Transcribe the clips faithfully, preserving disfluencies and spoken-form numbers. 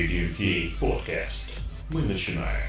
Radio Key Podcast. Мы начинаем.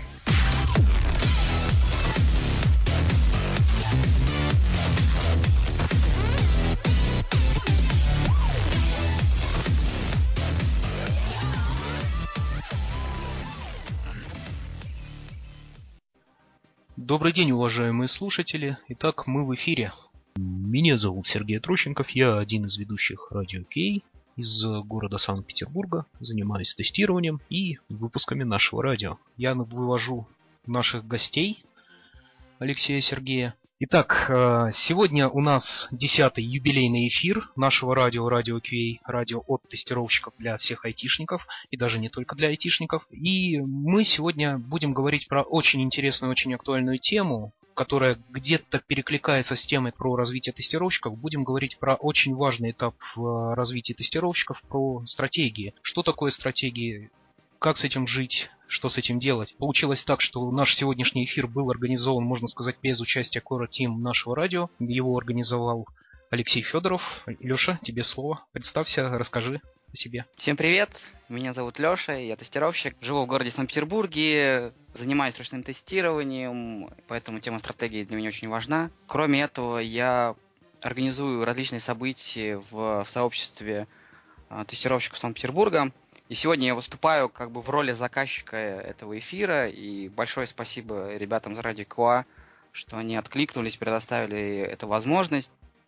Добрый день, уважаемые слушатели. Итак, мы в эфире. Меня зовут Сергей Трощенков, я один из ведущих Радио Кей из города Санкт-Петербурга. Занимаюсь тестированием и выпусками нашего радио. Я вывожу наших гостей, Алексея и Сергея. Итак, сегодня у нас десятый юбилейный эфир нашего радио, Радио Кей, радио от тестировщиков для всех айтишников, и даже не только для айтишников. И мы сегодня будем говорить про очень интересную, очень актуальную тему, которая где-то перекликается с темой про развитие тестировщиков. Будем говорить про очень важный этап в развитии тестировщиков, про стратегии. Что такое стратегии? Как с этим жить? Что с этим делать? Получилось так, что наш сегодняшний эфир был организован, можно сказать, без участия Core Team нашего радио. Его организовал Алексей Федоров. Леша, тебе слово. Представься, расскажи о себе. Всем привет, меня зовут Леша, я тестировщик, живу в городе Санкт-Петербурге, занимаюсь ручным тестированием, поэтому тема стратегии для меня очень важна. Кроме этого, я организую различные события в, в сообществе э, тестировщиков Санкт-Петербурга. И сегодня я выступаю как бы в роли заказчика этого эфира, и большое спасибо ребятам из Радио КУА, что они откликнулись, предоставили эту возможность.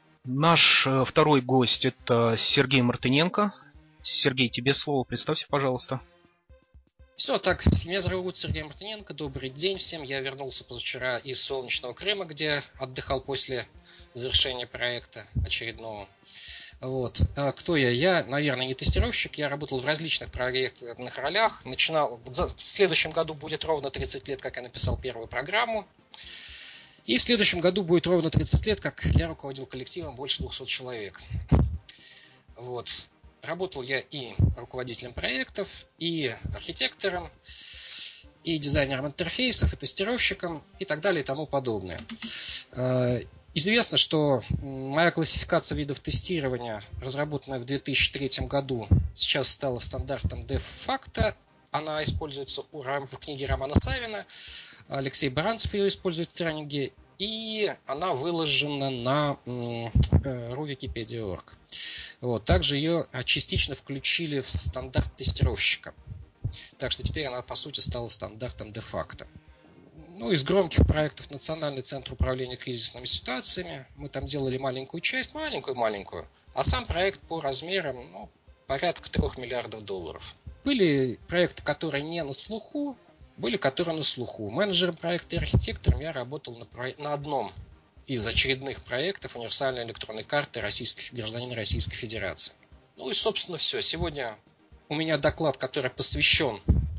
Наш э, второй гость – это Сергей Мартыненко. Сергей, тебе слово, представься, пожалуйста. Все, так, меня зовут Сергей Мартыненко, добрый день всем. Я вернулся позавчера из солнечного Крыма, где отдыхал после завершения проекта очередного. Вот. А кто я? Я, наверное, не тестировщик, я работал в различных проектных ролях. Начинал, в следующем году будет ровно тридцать лет, как я написал первую программу. И в следующем году будет ровно тридцать лет, как я руководил коллективом больше двухсот человек. Вот. Работал я и руководителем проектов, и архитектором, и дизайнером интерфейсов, и тестировщиком, и так далее, и тому подобное. Известно, что моя классификация видов тестирования, разработанная в две тысячи третьем году, сейчас стала стандартом де-факто. Она используется в книге Романа Савина, Алексей Баранцев ее использует в тренинге, и она выложена на ру википедия точка орг. Вот. Также ее частично включили в стандарт тестировщика. Так что теперь она, по сути, стала стандартом де-факто. Ну, из громких проектов Национальный центр управления кризисными ситуациями. Мы там делали маленькую часть, маленькую-маленькую. А сам проект по размерам, ну, порядка трех миллиардов долларов. Были проекты, которые не на слуху, были, которые на слуху. Менеджером проекта и архитектором я работал на, про... на одном из очередных проектов универсальной электронной карты российских гражданина Российской Федерации. Ну и, собственно, все. Сегодня у меня доклад, который посвящен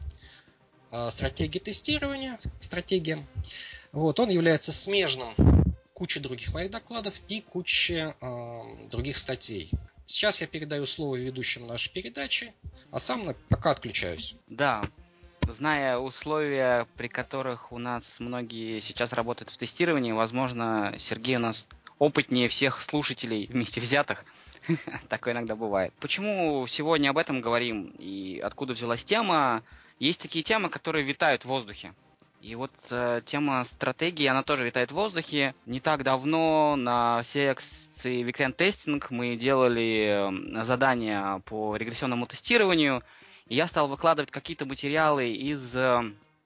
э, стратегии тестирования, стратегиям. Вот, он является смежным куче других моих докладов и куче э, других статей. Сейчас я передаю слово ведущим нашей передачи, а сам пока отключаюсь. Да. Зная условия, при которых у нас многие сейчас работают в тестировании, возможно, Сергей у нас опытнее всех слушателей вместе взятых. Такое иногда бывает. Почему сегодня об этом говорим и откуда взялась тема? Есть такие темы, которые витают в воздухе. И вот э, тема стратегии, она тоже витает в воздухе. Не так давно на секции Weekend Testing мы делали задания по регрессионному тестированию. И я стал выкладывать какие-то материалы из э,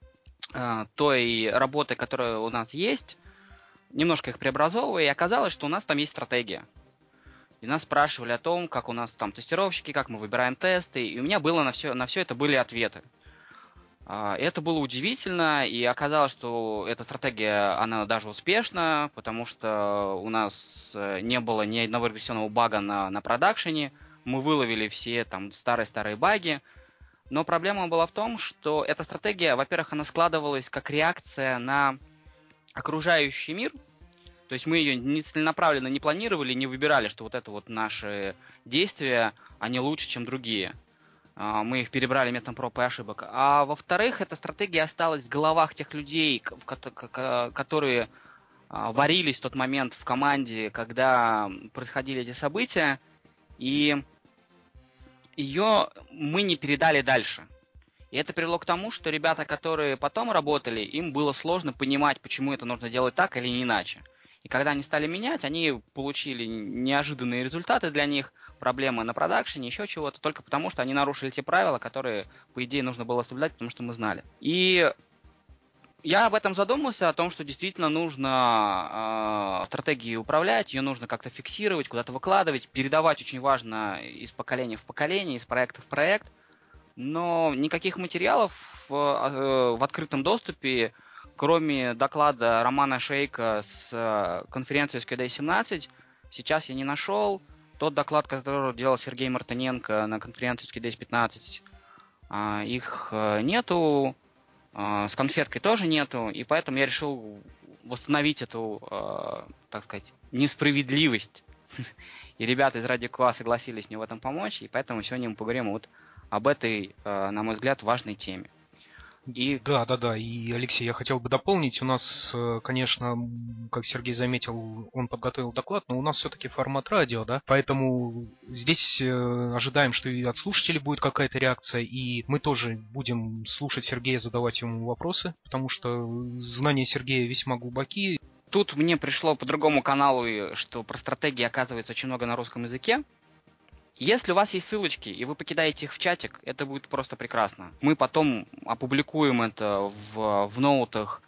той работы, которая у нас есть, немножко их преобразовывая, и оказалось, что у нас там есть стратегия. И нас спрашивали о том, как у нас там тестировщики, как мы выбираем тесты, и у меня было на все, на все это были ответы. Э, это было удивительно, и оказалось, что эта стратегия, она даже успешна, потому что у нас не было ни одного регрессионного бага на, на продакшене, мы выловили все там старые-старые баги. Но проблема была в том, что эта стратегия, во-первых, она складывалась как реакция на окружающий мир. То есть мы ее не целенаправленно не планировали, не выбирали, что вот это вот наши действия, они лучше, чем другие. Мы их перебрали методом проб и ошибок. А во-вторых, эта стратегия осталась в головах тех людей, которые варились в тот момент в команде, когда происходили эти события. И ее мы не передали дальше. И это привело к тому, что ребята, которые потом работали, им было сложно понимать, почему это нужно делать так или не иначе. И когда они стали менять, они получили неожиданные результаты для них, проблемы на продакшене, еще чего-то, только потому, что они нарушили те правила, которые, по идее, нужно было соблюдать, потому что мы знали. И я об этом задумался, о том, что действительно нужно э, стратегией управлять, ее нужно как-то фиксировать, куда-то выкладывать, передавать очень важно из поколения в поколение, из проекта в проект. Но никаких материалов в, э, в открытом доступе, кроме доклада Романа Шейка с э, конференции эс кей ди семнадцать, сейчас я не нашел. Тот доклад, который делал Сергей Мартыненко на конференции эс кей ди пятнадцать, э, их э, нету. С конфеткой тоже нету, и поэтому я решил восстановить эту, э, так сказать, несправедливость. И ребята из Радио КУА согласились мне в этом помочь, и поэтому сегодня мы поговорим вот об этой, э, на мой взгляд, важной теме. И... Да, да, да. И, Алексей, я хотел бы дополнить. У нас, конечно, как Сергей заметил, он подготовил доклад, но у нас все-таки формат радио, да, поэтому здесь ожидаем, что и от слушателей будет какая-то реакция, и мы тоже будем слушать Сергея, задавать ему вопросы, потому что знания Сергея весьма глубоки. Тут мне пришло по другому каналу, что про стратегии оказывается очень много на русском языке. Если у вас есть ссылочки, и вы покидаете их в чатик, это будет просто прекрасно. Мы потом опубликуем это в, в ноутах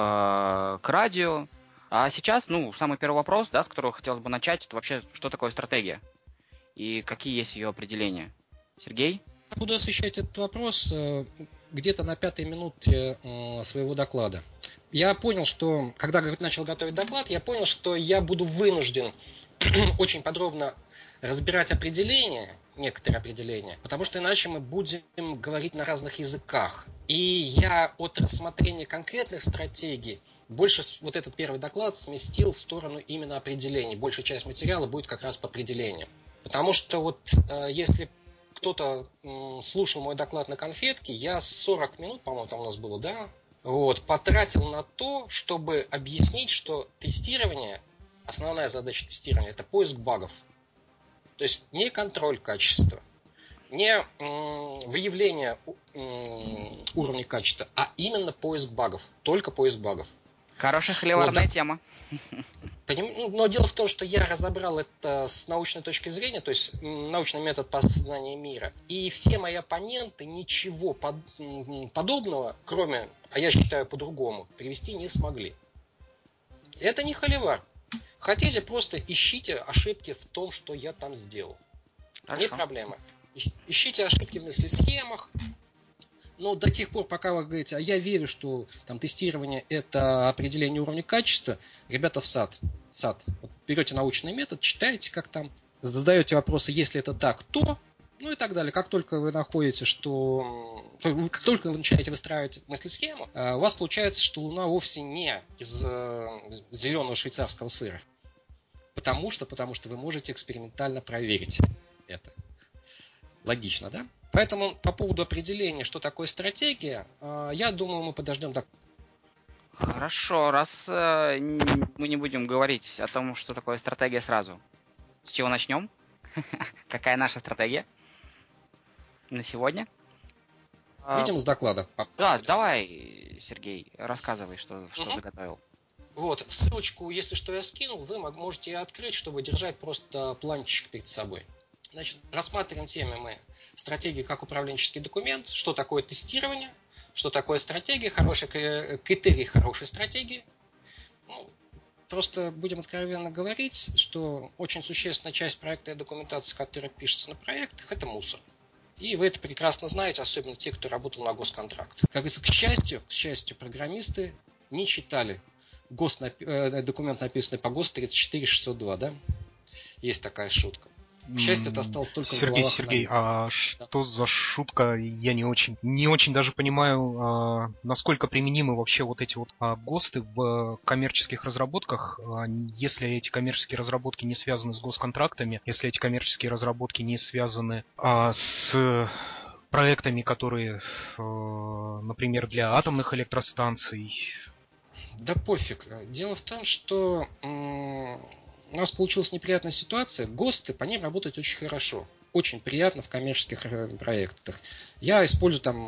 к, к радио. А сейчас, ну, самый первый вопрос, да, с которого хотелось бы начать, это вообще, что такое стратегия? И какие есть ее определения? Сергей? Буду освещать этот вопрос где-то на пятой минуте своего доклада. Я понял, что, когда начал готовить доклад, я понял, что я буду вынужден очень подробно разбирать определения, некоторые определения, потому что иначе мы будем говорить на разных языках. И я от рассмотрения конкретных стратегий больше вот этот первый доклад сместил в сторону именно определений. Большая часть материала будет как раз по определениям. Потому что вот если кто-то слушал мой доклад на конфетке, я сорок минут, по-моему, там у нас было, да, вот, потратил на то, чтобы объяснить, что тестирование, основная задача тестирования – это поиск багов. То есть не контроль качества, не выявление уровня качества, а именно поиск багов. Только поиск багов. Хорошая холиварная вот, да. тема. Но дело в том, что я разобрал это с научной точки зрения, то есть научный метод познания мира. И все мои оппоненты ничего под, подобного, кроме, а я считаю по-другому, привести не смогли. Это не холивар. Хотите, просто ищите ошибки в том, что я там сделал. Хорошо. Не проблема. Ищите ошибки в мыслесхемах. Но до тех пор, пока вы говорите, а я верю, что там тестирование это определение уровня качества, ребята в сад. В сад. Вот берете научный метод, читаете, как там, задаете вопросы, если это так, то, ну и так далее. Как только вы находите, что... Как только вы начинаете выстраивать мыслесхему, у вас получается, что Луна вовсе не из зеленого швейцарского сыра. Потому что, потому что вы можете экспериментально проверить это. Логично, да? Поэтому по поводу определения, что такое стратегия, я думаю, мы подождем до... Хорошо, раз э, мы не будем говорить о том, что такое стратегия сразу. С чего начнем? Какая наша стратегия на сегодня? Видим с доклада. Да, давай, Сергей, рассказывай, что, что угу. заготовил. Вот, ссылочку, если что, я скинул, вы можете ее открыть, чтобы держать просто планчик перед собой. Значит, рассматриваем темы мы стратегии как управленческий документ, что такое тестирование, что такое стратегия, хороший критерий хорошей стратегии. Ну, просто будем откровенно говорить, что очень существенная часть проекта и документации, которая пишется на проектах, это мусор. И вы это прекрасно знаете, особенно те, кто работал на госконтракт. Как говорится, к счастью, к счастью, программисты не читали гос, э, документ, написанный по ГОСТ тридцать четыре шестьсот два, да? Есть такая шутка. К счастью, это осталось только Сергей, в головах Сергей, аналитиков. а да. Что за шутка? Я не очень, не очень даже понимаю, а, насколько применимы вообще вот эти вот а, ГОСТы в коммерческих разработках, а, если эти коммерческие разработки не связаны с госконтрактами, если эти коммерческие разработки не связаны а, с проектами, которые, а, например, для атомных электростанций. Да пофиг. Дело в том, что м- у нас получилась неприятная ситуация. ГОСТы, по ним работать очень хорошо. Очень приятно в коммерческих проектах. Я использую там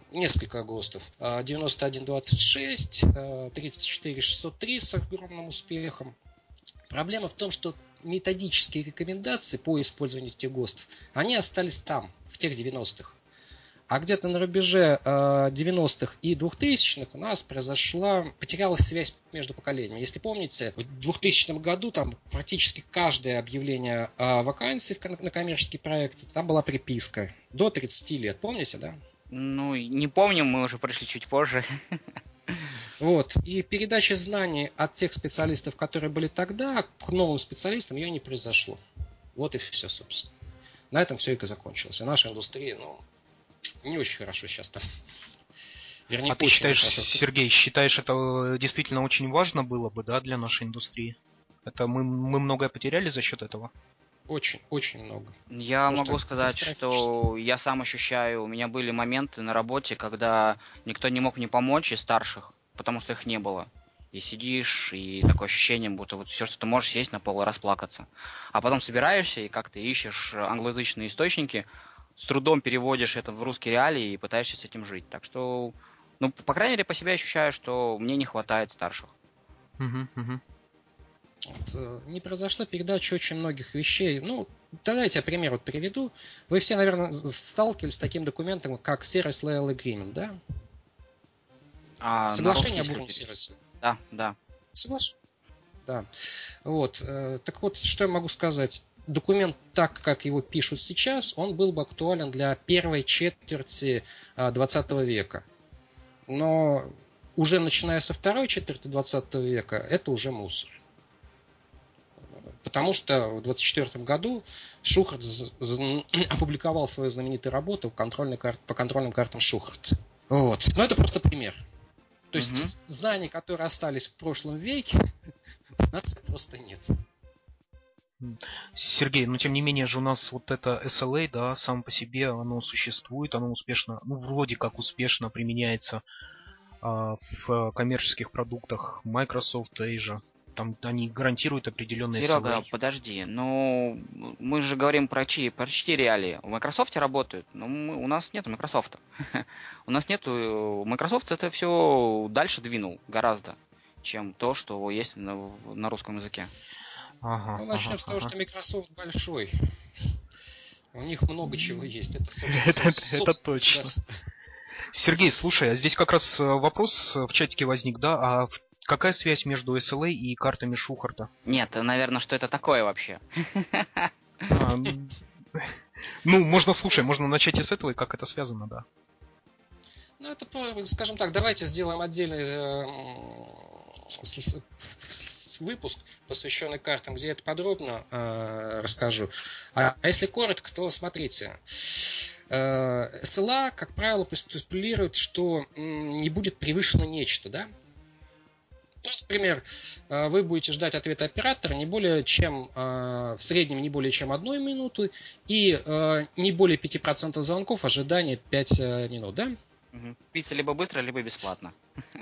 несколько ГОСТов. девяносто один двадцать шесть, тридцать четыре шестьсот три с огромным успехом. Проблема в том, что методические рекомендации по использованию этих ГОСТов, они остались там, в тех девяностых. А где-то на рубеже девяностых и двухтысячных у нас произошла, потерялась связь между поколениями. Если помните, в двухтысячном году там практически каждое объявление о вакансии на коммерческий проект, там была приписка до тридцати лет. Помните, да? Ну, не помним, мы уже пришли чуть позже. Вот. И передача знаний от тех специалистов, которые были тогда, к новым специалистам ее не произошло. Вот и все, собственно. На этом все и закончилось. И наша индустрия, ну, не очень хорошо сейчас там. Вернее, а ты считаешь, хорошо. Сергей, считаешь, это действительно очень важно было бы, да, для нашей индустрии? Это мы, мы многое потеряли за счет этого? Очень, очень много. Я Просто могу сказать, что я сам ощущаю, у меня были моменты на работе, когда никто не мог мне помочь из старших, потому что их не было. И сидишь, и такое ощущение, будто вот все, что ты можешь, сесть на пол и расплакаться. А потом собираешься, и как ты ищешь англоязычные источники, с трудом переводишь это в русские реалии и пытаешься с этим жить. Так что, ну, по крайней мере, по себе ощущаю, что мне не хватает старших. Угу, угу. Вот, не произошла передача очень многих вещей. Ну, давайте я пример вот приведу. Вы все, наверное, сталкивались с таким документом, как Service Level Agreement, да? А, Соглашение об уровне сервиса. Да, да. Соглашение. Да. Вот. Так вот, что я могу сказать? Документ, так как его пишут сейчас, он был бы актуален для первой четверти двадцатого века. Но уже начиная со второй четверти двадцатого века, это уже мусор. Потому что в двадцать четвёртом году Шухарт опубликовал свою знаменитую работу по контрольным картам Шухарт. Вот. Но это просто пример. То есть угу. знаний, которые остались в прошлом веке, у нас просто нет. Сергей, но тем не менее же у нас вот это эс эл эй, да, сам по себе оно существует, оно успешно, ну вроде как успешно применяется а, в коммерческих продуктах Microsoft, Azure. Там они гарантируют определенные Серега, эс эл эй. Подожди, ну мы же говорим про чьи, про чьи реалии. В Microsoft работают, но мы, у нас нет Microsoft. У нас нету. Microsoft это все дальше двинул гораздо, чем то, что есть на, на русском языке. Ага, ну, начнем ага, с того, ага. что Microsoft большой. У них много чего есть. Это, это, это точно. Сергей, слушай, а здесь как раз вопрос в чатике возник, да? А какая связь между эс эл эй и картами Шухарта? Нет, наверное, что это такое вообще? А, ну, можно, слушай, можно начать и с этого, и как это связано, да. Ну, это, скажем так, давайте сделаем отдельный выпуск, посвященный картам, где я это подробно э, расскажу. А, а если коротко, то смотрите. Э, эс эл эй, как правило, постулирует, что м, не будет превышено нечто, да? Ну, например, э, вы будете ждать ответа оператора не более чем, э, в среднем не более чем одной минуты, и э, не более пяти процентов звонков ожидания пять э, минут, да? Угу. Пицца либо быстро, либо бесплатно.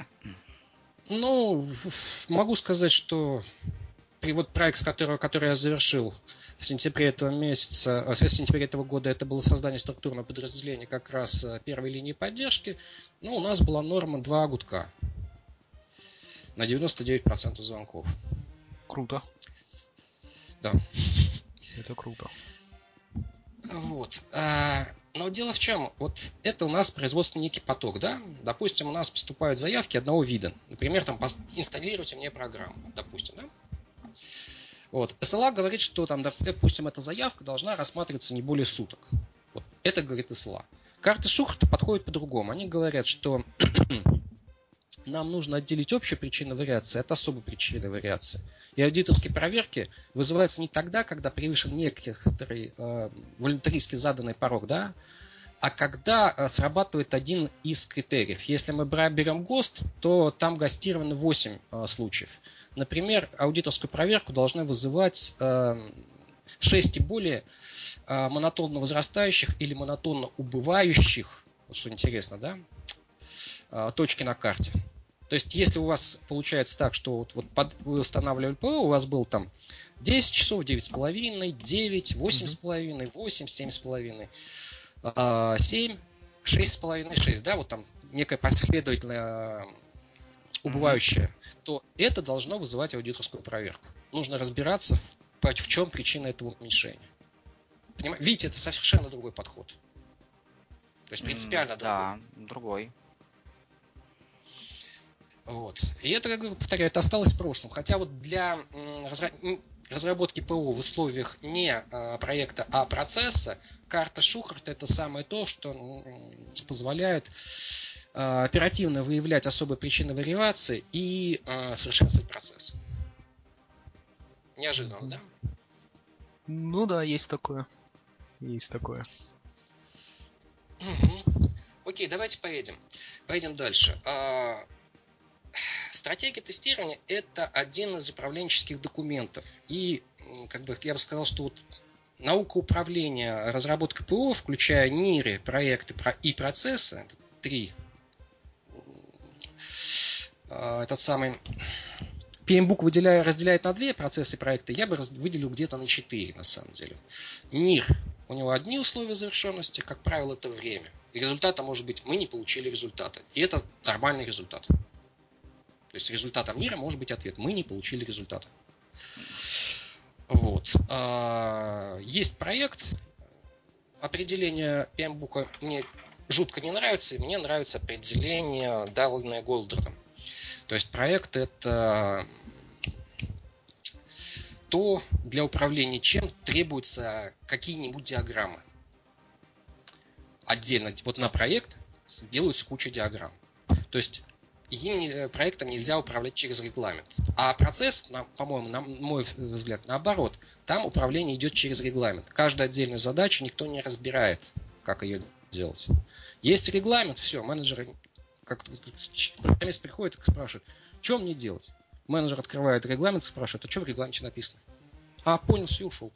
Ну, могу сказать, что вот проект, который, который я завершил в сентябре этого месяца, в сентябре этого года, это было создание структурного подразделения как раз первой линии поддержки. Ну, у нас была норма два гудка на девяносто девять процентов звонков. Круто. Да. Это круто. Вот. Но дело в чем? Вот это у нас производственный некий поток, да? Допустим, у нас поступают заявки одного вида. Например, там, инсталируйте мне программу, допустим, да? Вот. эс эл эй говорит, что там, допустим, эта заявка должна рассматриваться не более суток. Вот. Это говорит эс эл эй. Карты Шухарта подходят по-другому. Они говорят, что нам нужно отделить общую причину вариации от особой причины вариации. И аудиторские проверки вызываются не тогда, когда превышен некоторый э, волюнтаристски заданный порог, да, а когда э, срабатывает один из критериев. Если мы берем ГОСТ, то там гостировано восемь э, случаев. Например, аудиторскую проверку должны вызывать э, шесть и более э, монотонно возрастающих или монотонно убывающих, вот что интересно, да, э, точки на карте. То есть, если у вас получается так, что вот, вот под, вы устанавливали ПО, у вас был там десять часов, девять с половиной, девять, восемь с половиной, восемь, семь с половиной, семь, шесть с половиной шесть, да, вот там некая последовательная убывающая, mm-hmm. то это должно вызывать аудиторскую проверку. Нужно разбираться, в, в чем причина этого уменьшения. Понимаете? Видите, это совершенно другой подход. То есть принципиально mm, да, другой. Вот. И это, как повторяю, это осталось в прошлом. Хотя вот для разра... разработки ПО в условиях не а, проекта, а процесса, карта Шухарта — это самое то, что позволяет а, оперативно выявлять особые причины вариации и а, совершенствовать процесс. Неожиданно, mm-hmm. да? Ну да, есть такое. Есть такое. Угу. Окей, давайте поедем. Поедем дальше. А, стратегия тестирования – это один из управленческих документов. И, как бы, я бы сказал, что вот наука управления, разработка ПО, включая НИРы, проекты и процессы, это три. Этот самый пи эм бук выделяя, разделяет на две процессы проекта, я бы выделил где-то на четыре, на самом деле. НИР, у него одни условия завершенности, как правило, это время. И результата может быть, мы не получили результата. И это нормальный результат. То есть результатом НИРа может быть ответ, мы не получили результата. Вот. Есть проект, определение пи эм бука мне жутко не нравится, и мне нравится определение, данное Голдротом. То есть проект — это то, для управления чем требуются какие-нибудь диаграммы. Отдельно, вот на проект делаются куча диаграмм. То есть им, проектом нельзя управлять через регламент. А процесс, по-моему, на мой взгляд, наоборот. Там управление идет через регламент. Каждую отдельную задачу никто не разбирает, как ее делать. Есть регламент, все, менеджеры как программист приходит и спрашивает, что мне делать? Менеджер открывает регламент, спрашивает, а что в регламенте написано? А, понял, все, ушел.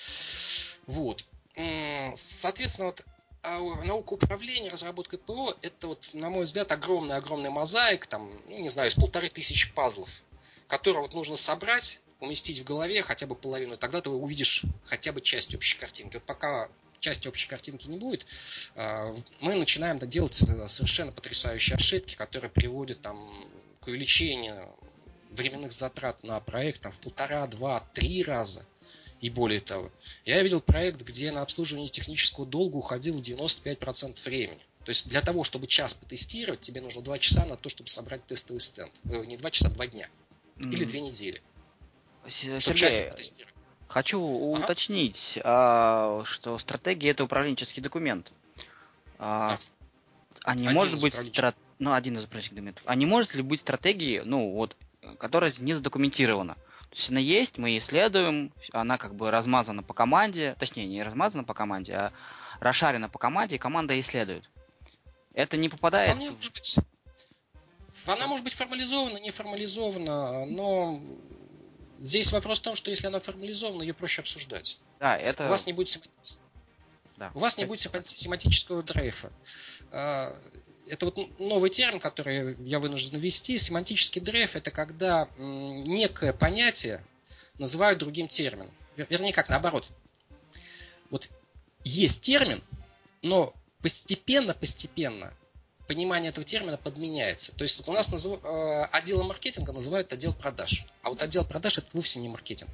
Вот. Соответственно, вот наука управления, разработкой ПО — это, вот, на мой взгляд, огромный-огромный мозаик, там, ну, не знаю, из полторы тысячи пазлов, которые вот нужно собрать, уместить в голове хотя бы половину, тогда ты увидишь хотя бы часть общей картинки. Вот пока части общей картинки не будет, мы начинаем делать совершенно потрясающие ошибки, которые приводят там, к увеличению временных затрат на проект там, в полтора, два, три раза. И более того, я видел проект, где на обслуживание технического долга уходило девяносто пять процентов времени. То есть для того, чтобы час потестировать, тебе нужно два часа на то, чтобы собрать тестовый стенд. Не два часа, два дня. Mm. Или две недели. Сергей, хочу ага. уточнить, а, что стратегия — это управленческий документ. А, да. А не один может быть стра... ну, один из управленческих документов. А не может ли быть стратегией, ну, вот, которая не задокументирована? То есть она есть, мы исследуем, она как бы размазана по команде, точнее, не размазана по команде, а расшарена по команде, и команда исследует. Это не попадает... Вполне может быть. Она может быть формализована, не формализована, но здесь вопрос в том, что если она формализована, ее проще обсуждать. Да, это... У вас не будет, семанти... да, У вас не будет семантического дрейфа. Это вот новый термин, который я вынужден ввести. Семантический дрейф — это когда некое понятие называют другим термином. Вернее, как наоборот. Вот есть термин, но постепенно-постепенно понимание этого термина подменяется. То есть вот у нас назыв... отделом маркетинга называют отдел продаж. А вот отдел продаж — это вовсе не маркетинг.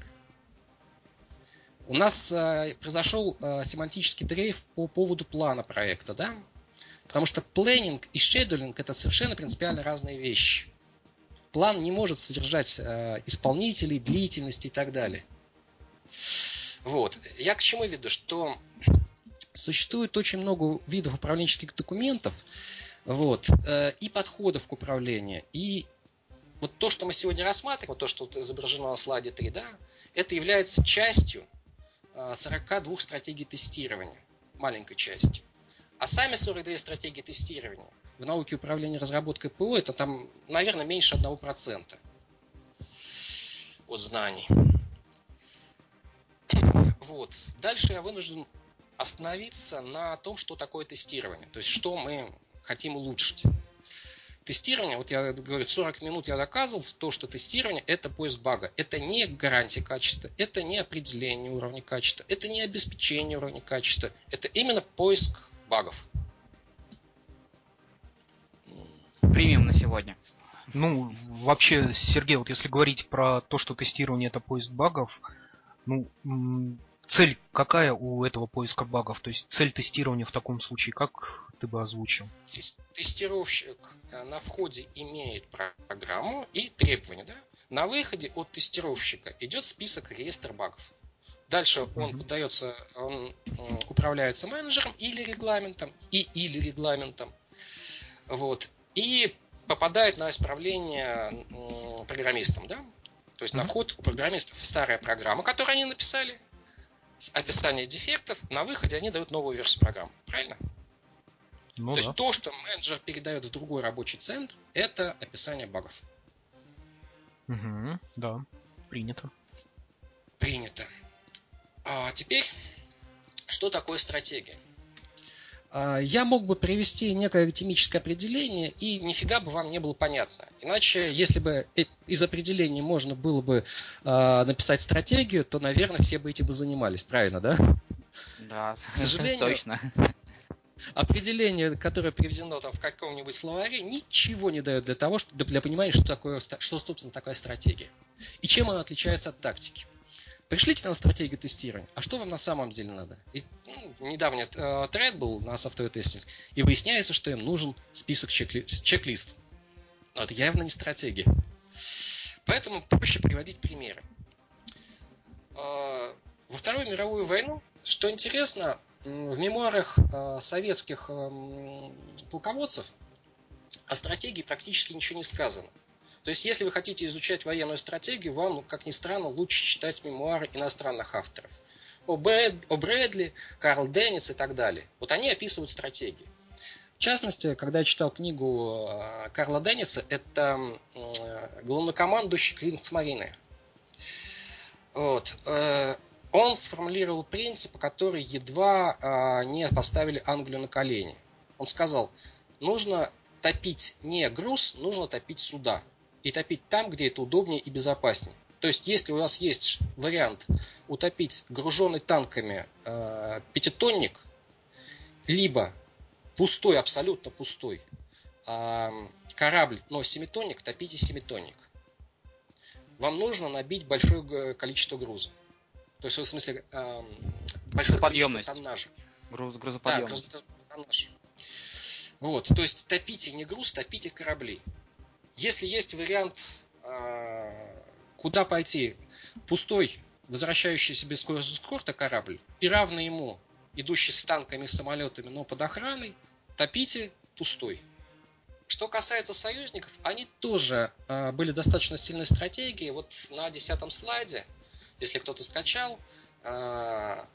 У нас произошел семантический дрейф по поводу плана проекта, да? Потому что планинг и шедулинг — это совершенно принципиально разные вещи. План не может содержать э, исполнителей, длительности и так далее. Вот. Я к чему веду? Что существует очень много видов управленческих документов, вот, э, и подходов к управлению. И вот то, что мы сегодня рассматриваем, то, что изображено на слайде три, да, это является частью э, сорока двух стратегий тестирования. Маленькой частью. А сами сорок две стратегии тестирования в науке управления разработкой ПО — это там, наверное, меньше одного процента от знаний. Вот. Дальше я вынужден остановиться на том, что такое тестирование. То есть, что мы хотим улучшить. Тестирование, вот я говорю, сорок минут я доказывал, то, что тестирование — это поиск бага. Это не гарантия качества, это не определение уровня качества, это не обеспечение уровня качества. Это именно поиск багов. премиум на сегодня. Ну, вообще, Сергей, вот если говорить про то, что тестирование это поиск багов, ну, цель какая у этого поиска багов? То есть цель тестирования в таком случае, как ты бы озвучил? Тестировщик на входе имеет программу и требования, да? На выходе от тестировщика идет список реестр багов. Дальше он uh-huh. подается, он управляется менеджером или регламентом, и или регламентом. Вот. И попадает на исправление программистам, да? То есть uh-huh. на вход у программистов старая программа, которую они написали, описание дефектов, на выходе они дают новую версию программы. Правильно? Ну, то да. есть то, что менеджер передает в другой рабочий центр, это описание багов. Угу, да, принято. Принято. А теперь, что такое стратегия? Я мог бы привести некое академическое определение, и нифига бы вам не было понятно. Иначе, если бы из определений можно было бы э, написать стратегию, то, наверное, все бы этим бы занимались. Правильно, да? Да, к сожалению, точно. Определение, которое приведено там в каком-нибудь словаре, ничего не дает для того, чтобы, для понимания, что такое, что, собственно, такая стратегия. И чем она отличается от тактики. Пришлите нам стратегию тестирования. А что вам на самом деле надо? И, ну, недавний э, тред был на софтвер тестинг, и выясняется, что им нужен список чек-ли- чек-лист. Но это явно не стратегия. Поэтому проще приводить примеры. Э, во Вторую мировую войну, что интересно, в мемуарах э, советских э, полководцев о стратегии практически ничего не сказано. То есть, если вы хотите изучать военную стратегию, вам, как ни странно, лучше читать мемуары иностранных авторов. О, Брэд, о Брэдли, Карл Деннис и так далее. Вот они описывают стратегии. В частности, когда я читал книгу Карла Денниса, это главнокомандующий Кригсмарины. Вот. Он сформулировал принципы, которые едва не поставили Англию на колени. Он сказал, нужно топить не груз, нужно топить суда. И топить там, где это удобнее и безопаснее. То есть, если у вас есть вариант утопить груженный танками э, пятитонник, либо пустой, абсолютно пустой э, корабль, но семитонник, топите семитонник. Вам нужно набить большое количество груза. То есть, в смысле, э, большое количество тоннажа. Груз, грузоподъемность. Да, грузотоннаж. Вот, то есть, топите не груз, топите корабли. Если есть вариант, куда пойти, пустой, возвращающийся без скорости скорта корабль и равный ему, идущий с танками и самолетами, но под охраной, топите пустой. Что касается союзников, они тоже были достаточно сильной стратегией. Вот на десятом слайде, если кто-то скачал, это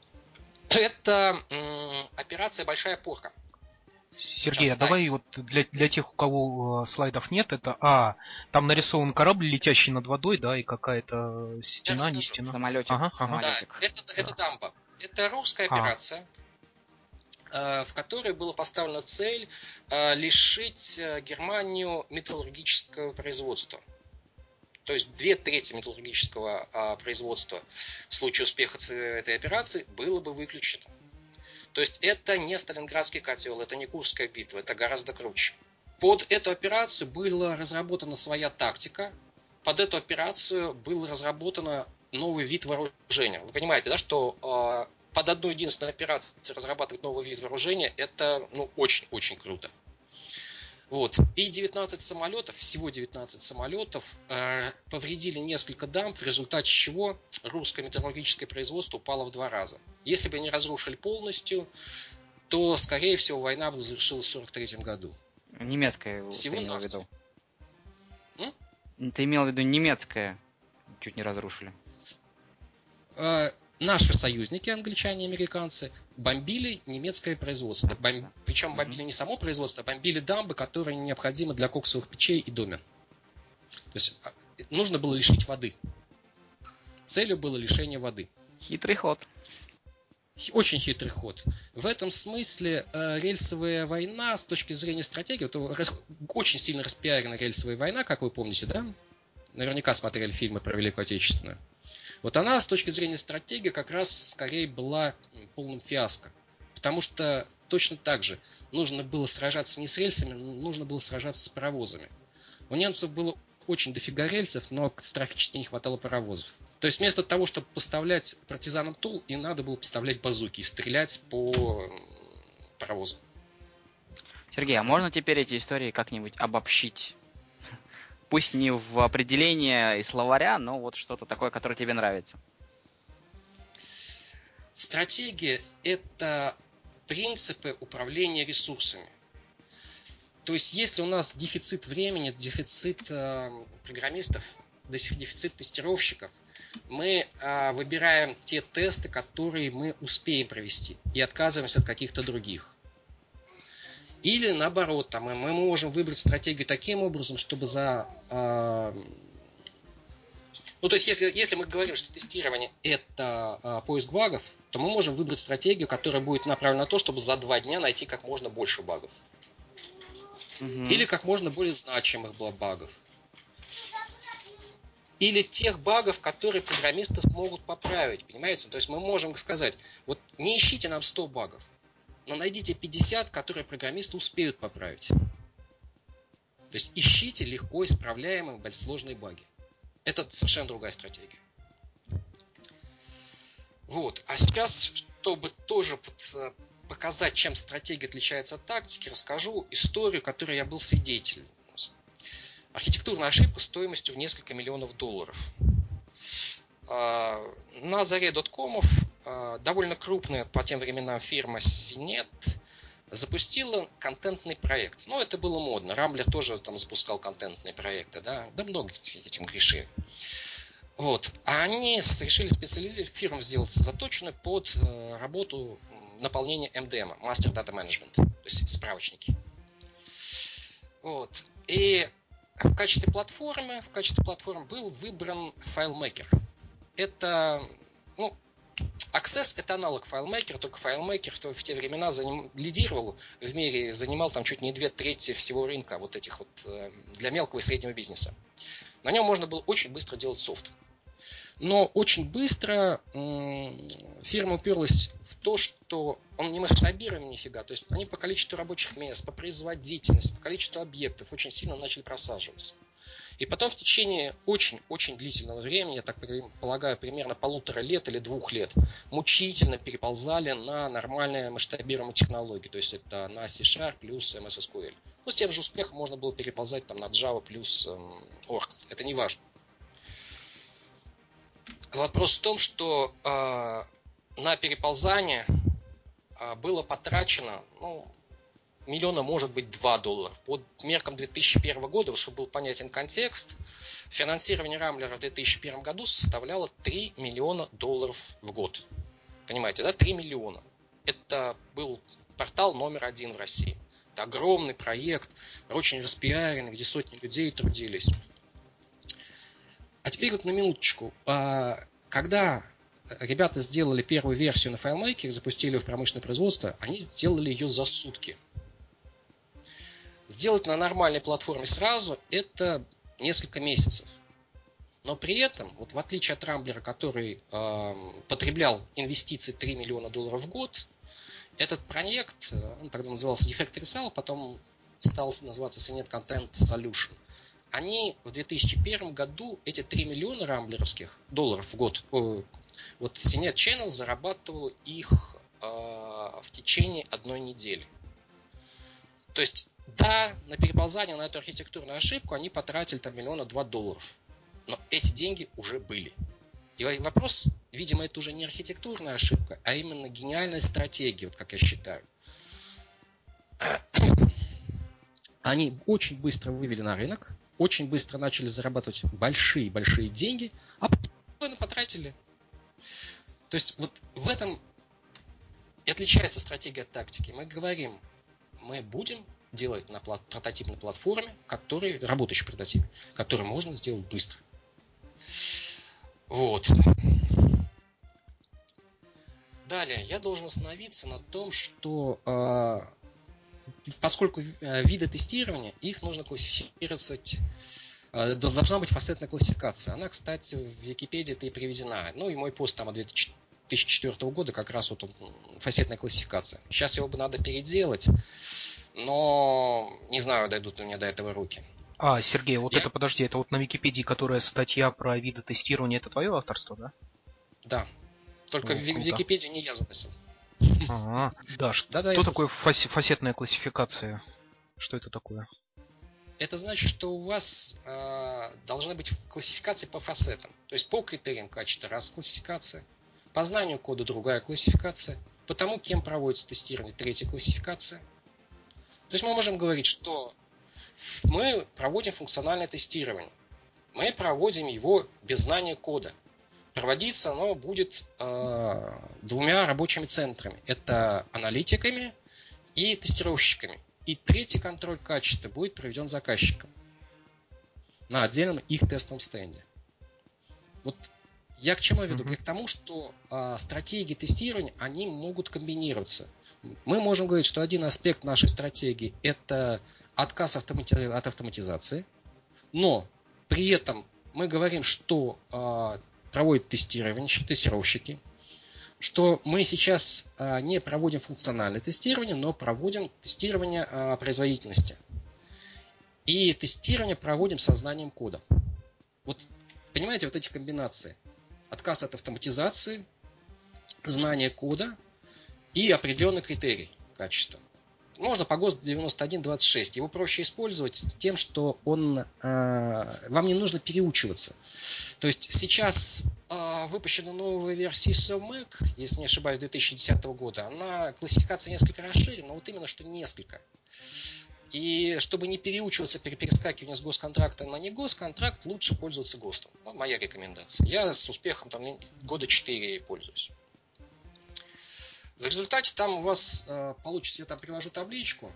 операция «Большая порка». Сергей, Сейчас, а давай вот для, для тех, у кого э, слайдов нет, это А, там нарисован корабль, летящий над водой, да, и какая-то стена, не стена. Самолетик. Ага, самолетик. Да, это, это дамба. Это русская операция, а. э, в которой была поставлена цель э, лишить Германию металлургического производства. То есть две трети металлургического э, производства в случае успеха этой операции было бы выключено. То есть это не Сталинградский котел, это не Курская битва, это гораздо круче. Под эту операцию была разработана своя тактика, под эту операцию был разработан новый вид вооружения. Вы понимаете, да, что э, под одну единственную операцию разрабатывать новый вид вооружения, это ну, очень-очень круто. Вот. И девятнадцать самолетов, всего девятнадцать самолетов э, повредили несколько дамб, в результате чего русское металлургическое производство упало в два раза. Если бы они разрушили полностью, то, скорее всего, война бы завершилась в сорок третьем году. Немецкая всего ты имел в виду? М? Ты имел в виду немецкая? Чуть не разрушили. Э, Наши союзники, англичане и американцы, бомбили немецкое производство. Бом... Да. Причем бомбили mm-hmm. не само производство, а бомбили дамбы, которые необходимы для коксовых печей и домен. То есть нужно было лишить воды. Целью было лишение воды. Хитрый ход. Очень хитрый ход. В этом смысле э, рельсовая война с точки зрения стратегии, это рас... очень сильно распиарена рельсовая война, как вы помните, да? Наверняка смотрели фильмы про Великую Отечественную. Вот она с точки зрения стратегии как раз скорее была полным фиаско. Потому что точно так же нужно было сражаться не с рельсами, нужно было сражаться с паровозами. У немцев было очень дофига рельсов, но катастрофически не хватало паровозов. То есть вместо того, чтобы поставлять партизанам тул, им надо было поставлять базуки и стрелять по паровозу. Сергей, а можно теперь эти истории как-нибудь обобщить? Пусть не в определение и словаря, но вот что-то такое, которое тебе нравится. Стратегия – это принципы управления ресурсами. То есть, если у нас дефицит времени, дефицит э, программистов, дефицит тестировщиков, мы э, выбираем те тесты, которые мы успеем провести, и отказываемся от каких-то других. Или наоборот, там, мы можем выбрать стратегию таким образом, чтобы за... Э, ну, то есть, если, если мы говорим, что тестирование – это э, поиск багов, то мы можем выбрать стратегию, которая будет направлена на то, чтобы за два дня найти как можно больше багов. Угу. Или как можно более значимых багов. Или тех багов, которые программисты смогут поправить. Понимаете? То есть мы можем сказать, вот не ищите нам сто багов, но найдите пятьдесят, которые программисты успеют поправить. То есть ищите легко исправляемые сложные баги. Это совершенно другая стратегия. Вот. А сейчас, чтобы тоже показать, чем стратегия отличается от тактики, расскажу историю, которой я был свидетелем. Архитектурная ошибка стоимостью в несколько миллионов долларов. На заре доткомов довольно крупная по тем временам фирма Синет запустила контентный проект. Ну, это было модно. Рамблер тоже там запускал контентные проекты, да, да много этим грешили. Вот. А они решили специализировать, фирму сделать заточенную под работу наполнения эм ди эм, Master Data Management, то есть справочники. Вот. И в качестве платформы, в качестве платформы был выбран FileMaker. Это, ну, Access это аналог FileMaker, только FileMaker в те времена заним, лидировал в мире, занимал там чуть не две трети всего рынка вот этих вот для мелкого и среднего бизнеса. На нем можно было очень быстро делать софт. Но очень быстро фирма уперлась в то, что он не масштабируем нифига. То есть они по количеству рабочих мест, по производительности, по количеству объектов очень сильно начали просаживаться. И потом в течение очень-очень длительного времени, я так полагаю, примерно полутора лет или двух лет, мучительно переползали на нормальные масштабируемые технологии. То есть это на C-Sharp плюс эм эс эс кью эль. Ну, с тем же успехом можно было переползать там на Java плюс эм, Oracle. Это не важно. Вопрос в том, что э, на переползание э, было потрачено, ну, миллиона, может быть, два доллара. По меркам две тысячи первого года, чтобы был понятен контекст, финансирование Рамблера в две тысячи первом году составляло три миллиона долларов в год. Понимаете, да? три миллиона. Это был портал номер один в России. Это огромный проект, очень распиаренный, где сотни людей трудились. А теперь вот на минуточку. Когда ребята сделали первую версию на FileMaker, запустили ее в промышленное производство, они сделали ее за сутки. Сделать на нормальной платформе сразу – это несколько месяцев. Но при этом, вот в отличие от Рамблера, который э, потреблял инвестиции три миллиона долларов в год, этот проект, он тогда назывался Defactory Sal, потом стал называться Cinet Content Solution. Они в две тысячи первом году эти три миллиона рамблеровских долларов в год, э, вот Cinet Channel зарабатывал их э, в течение одной недели. То есть, да, на переползание на эту архитектурную ошибку они потратили там миллиона два долларов. Но эти деньги уже были. И вопрос, видимо, это уже не архитектурная ошибка, а именно гениальная стратегия, вот как я считаю. Они очень быстро вывели на рынок, очень быстро начали зарабатывать большие-большие деньги, а потом потратили. То есть вот в этом и отличается стратегия от тактики. Мы говорим, мы будем делать на прототипной платформе, который, работающий прототип, который можно сделать быстро. Вот. Далее, я должен остановиться на том, что э, поскольку э, виды тестирования, их нужно классифицировать, э, должна быть фасетная классификация. Она, кстати, в Википедии-то и приведена. Ну и мой пост там от две тысячи две тысячи четвёртого года как раз вот фасетная классификация. Сейчас его бы надо переделать, но не знаю, дойдут ли у меня до этого руки. А, Сергей, вот Я... это, подожди, это вот на Википедии, которая статья про виды тестирования, это твое авторство, да? Да. Только О, в круто. Википедии не я записал. Ага, да, что Да-да, я такое фас- фасетная классификация? Что это такое? Это значит, что у вас э, должны быть классификации по фасетам. То есть по критериям качества раз классификация, по знанию кода другая классификация, по тому, кем проводится тестирование, третья классификация. То есть мы можем говорить, что мы проводим функциональное тестирование. Мы проводим его без знания кода. Проводиться оно будет э, двумя рабочими центрами. Это аналитиками и тестировщиками. И третий контроль качества будет проведен заказчиком на отдельном их тестовом стенде. Вот я к чему веду? Mm-hmm. Я к тому, что э, стратегии тестирования, они могут комбинироваться. Мы можем говорить, что один аспект нашей стратегии – это отказ автомати... от автоматизации, но при этом мы говорим, что э, проводят тестирование, тестировщики, что мы сейчас э, не проводим функциональное тестирование, но проводим тестирование э, производительности. И тестирование проводим со знанием кода. Вот, понимаете, вот эти комбинации. Отказ от автоматизации, знание кода и определенный критерий качества. Можно по ГОСТ девяносто один двадцать шесть. Его проще использовать с тем, что он, э, вам не нужно переучиваться. То есть сейчас э, выпущена новая версия ай эс о Mac, если не ошибаюсь, две тысячи десятого года. Она классификация несколько расширена, но вот именно что несколько. И чтобы не переучиваться при перескакивании с госконтракта на не госконтракт, лучше пользоваться ГОСТом. Ну, моя рекомендация. Я с успехом там года четыре пользуюсь. В результате там у вас э, получится, я там привожу табличку,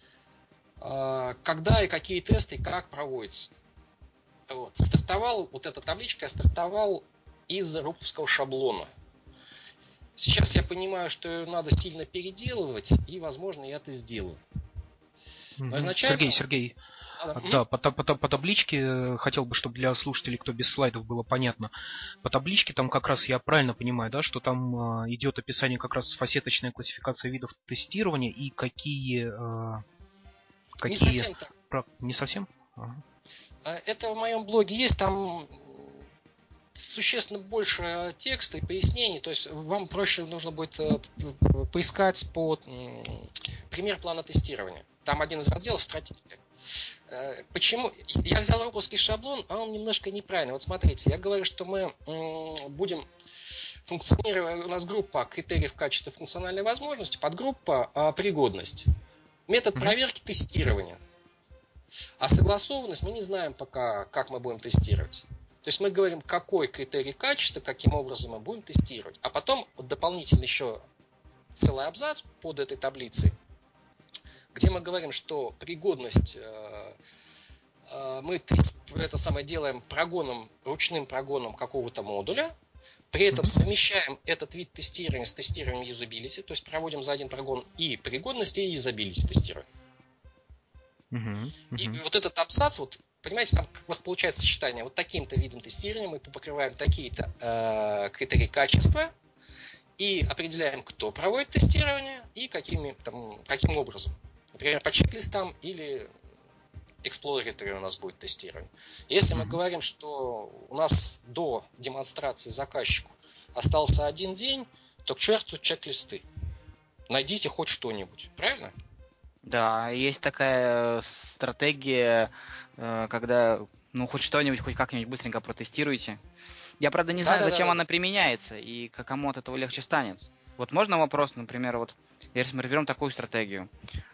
э, когда и какие тесты, как проводятся. Вот. Стартовал, вот эта табличка, я стартовал из руповского шаблона. Сейчас я понимаю, что ее надо сильно переделывать, и, возможно, я это сделаю. Но изначально... Сергей, Сергей, а, да, по, по, по табличке, хотел бы, чтобы для слушателей, кто без слайдов, было понятно. По табличке там как раз, я правильно понимаю, да, что там а, идет описание как раз фасеточная классификация видов тестирования и какие... А, какие... Не совсем так. Про... Не совсем? Ага. Это в моем блоге есть, там существенно больше текста и пояснений, то есть вам проще нужно будет поискать по пример плана тестирования. Там один из разделов стратегия. Почему? Я взял руповский шаблон, а он немножко неправильный. Вот смотрите, я говорю, что мы будем функционировать, у нас группа критериев качества функциональной возможности, подгруппа пригодность. Метод проверки тестирования. А согласованность мы не знаем пока, как мы будем тестировать. То есть мы говорим, какой критерий качества, каким образом мы будем тестировать. А потом вот дополнительно еще целый абзац под этой таблицей, где мы говорим, что пригодность э, э, мы это самое делаем прогоном, ручным прогоном какого-то модуля. При этом совмещаем этот вид тестирования с тестированием юзабилити, то есть проводим за один прогон и пригодность, и юзабилити тестирование. Uh-huh, uh-huh. И вот этот абзац, вот, понимаете, там как у вас получается сочетание. Вот таким-то видом тестирования мы покрываем такие-то э, критерии качества и определяем, кто проводит тестирование и какими, там, каким образом. Например, по чек-листам или эксплореторе у нас будет тестирование. Если uh-huh. мы говорим, что у нас до демонстрации заказчику остался один день, то к черту чек-листы. Найдите хоть что-нибудь. Правильно? Да, есть такая стратегия, когда ну хоть что-нибудь, хоть как-нибудь быстренько протестируйте. Я, правда, не знаю, да, зачем да, да, она да. применяется и кому от этого легче станет. Вот можно вопрос, например, вот если мы разберем такую стратегию.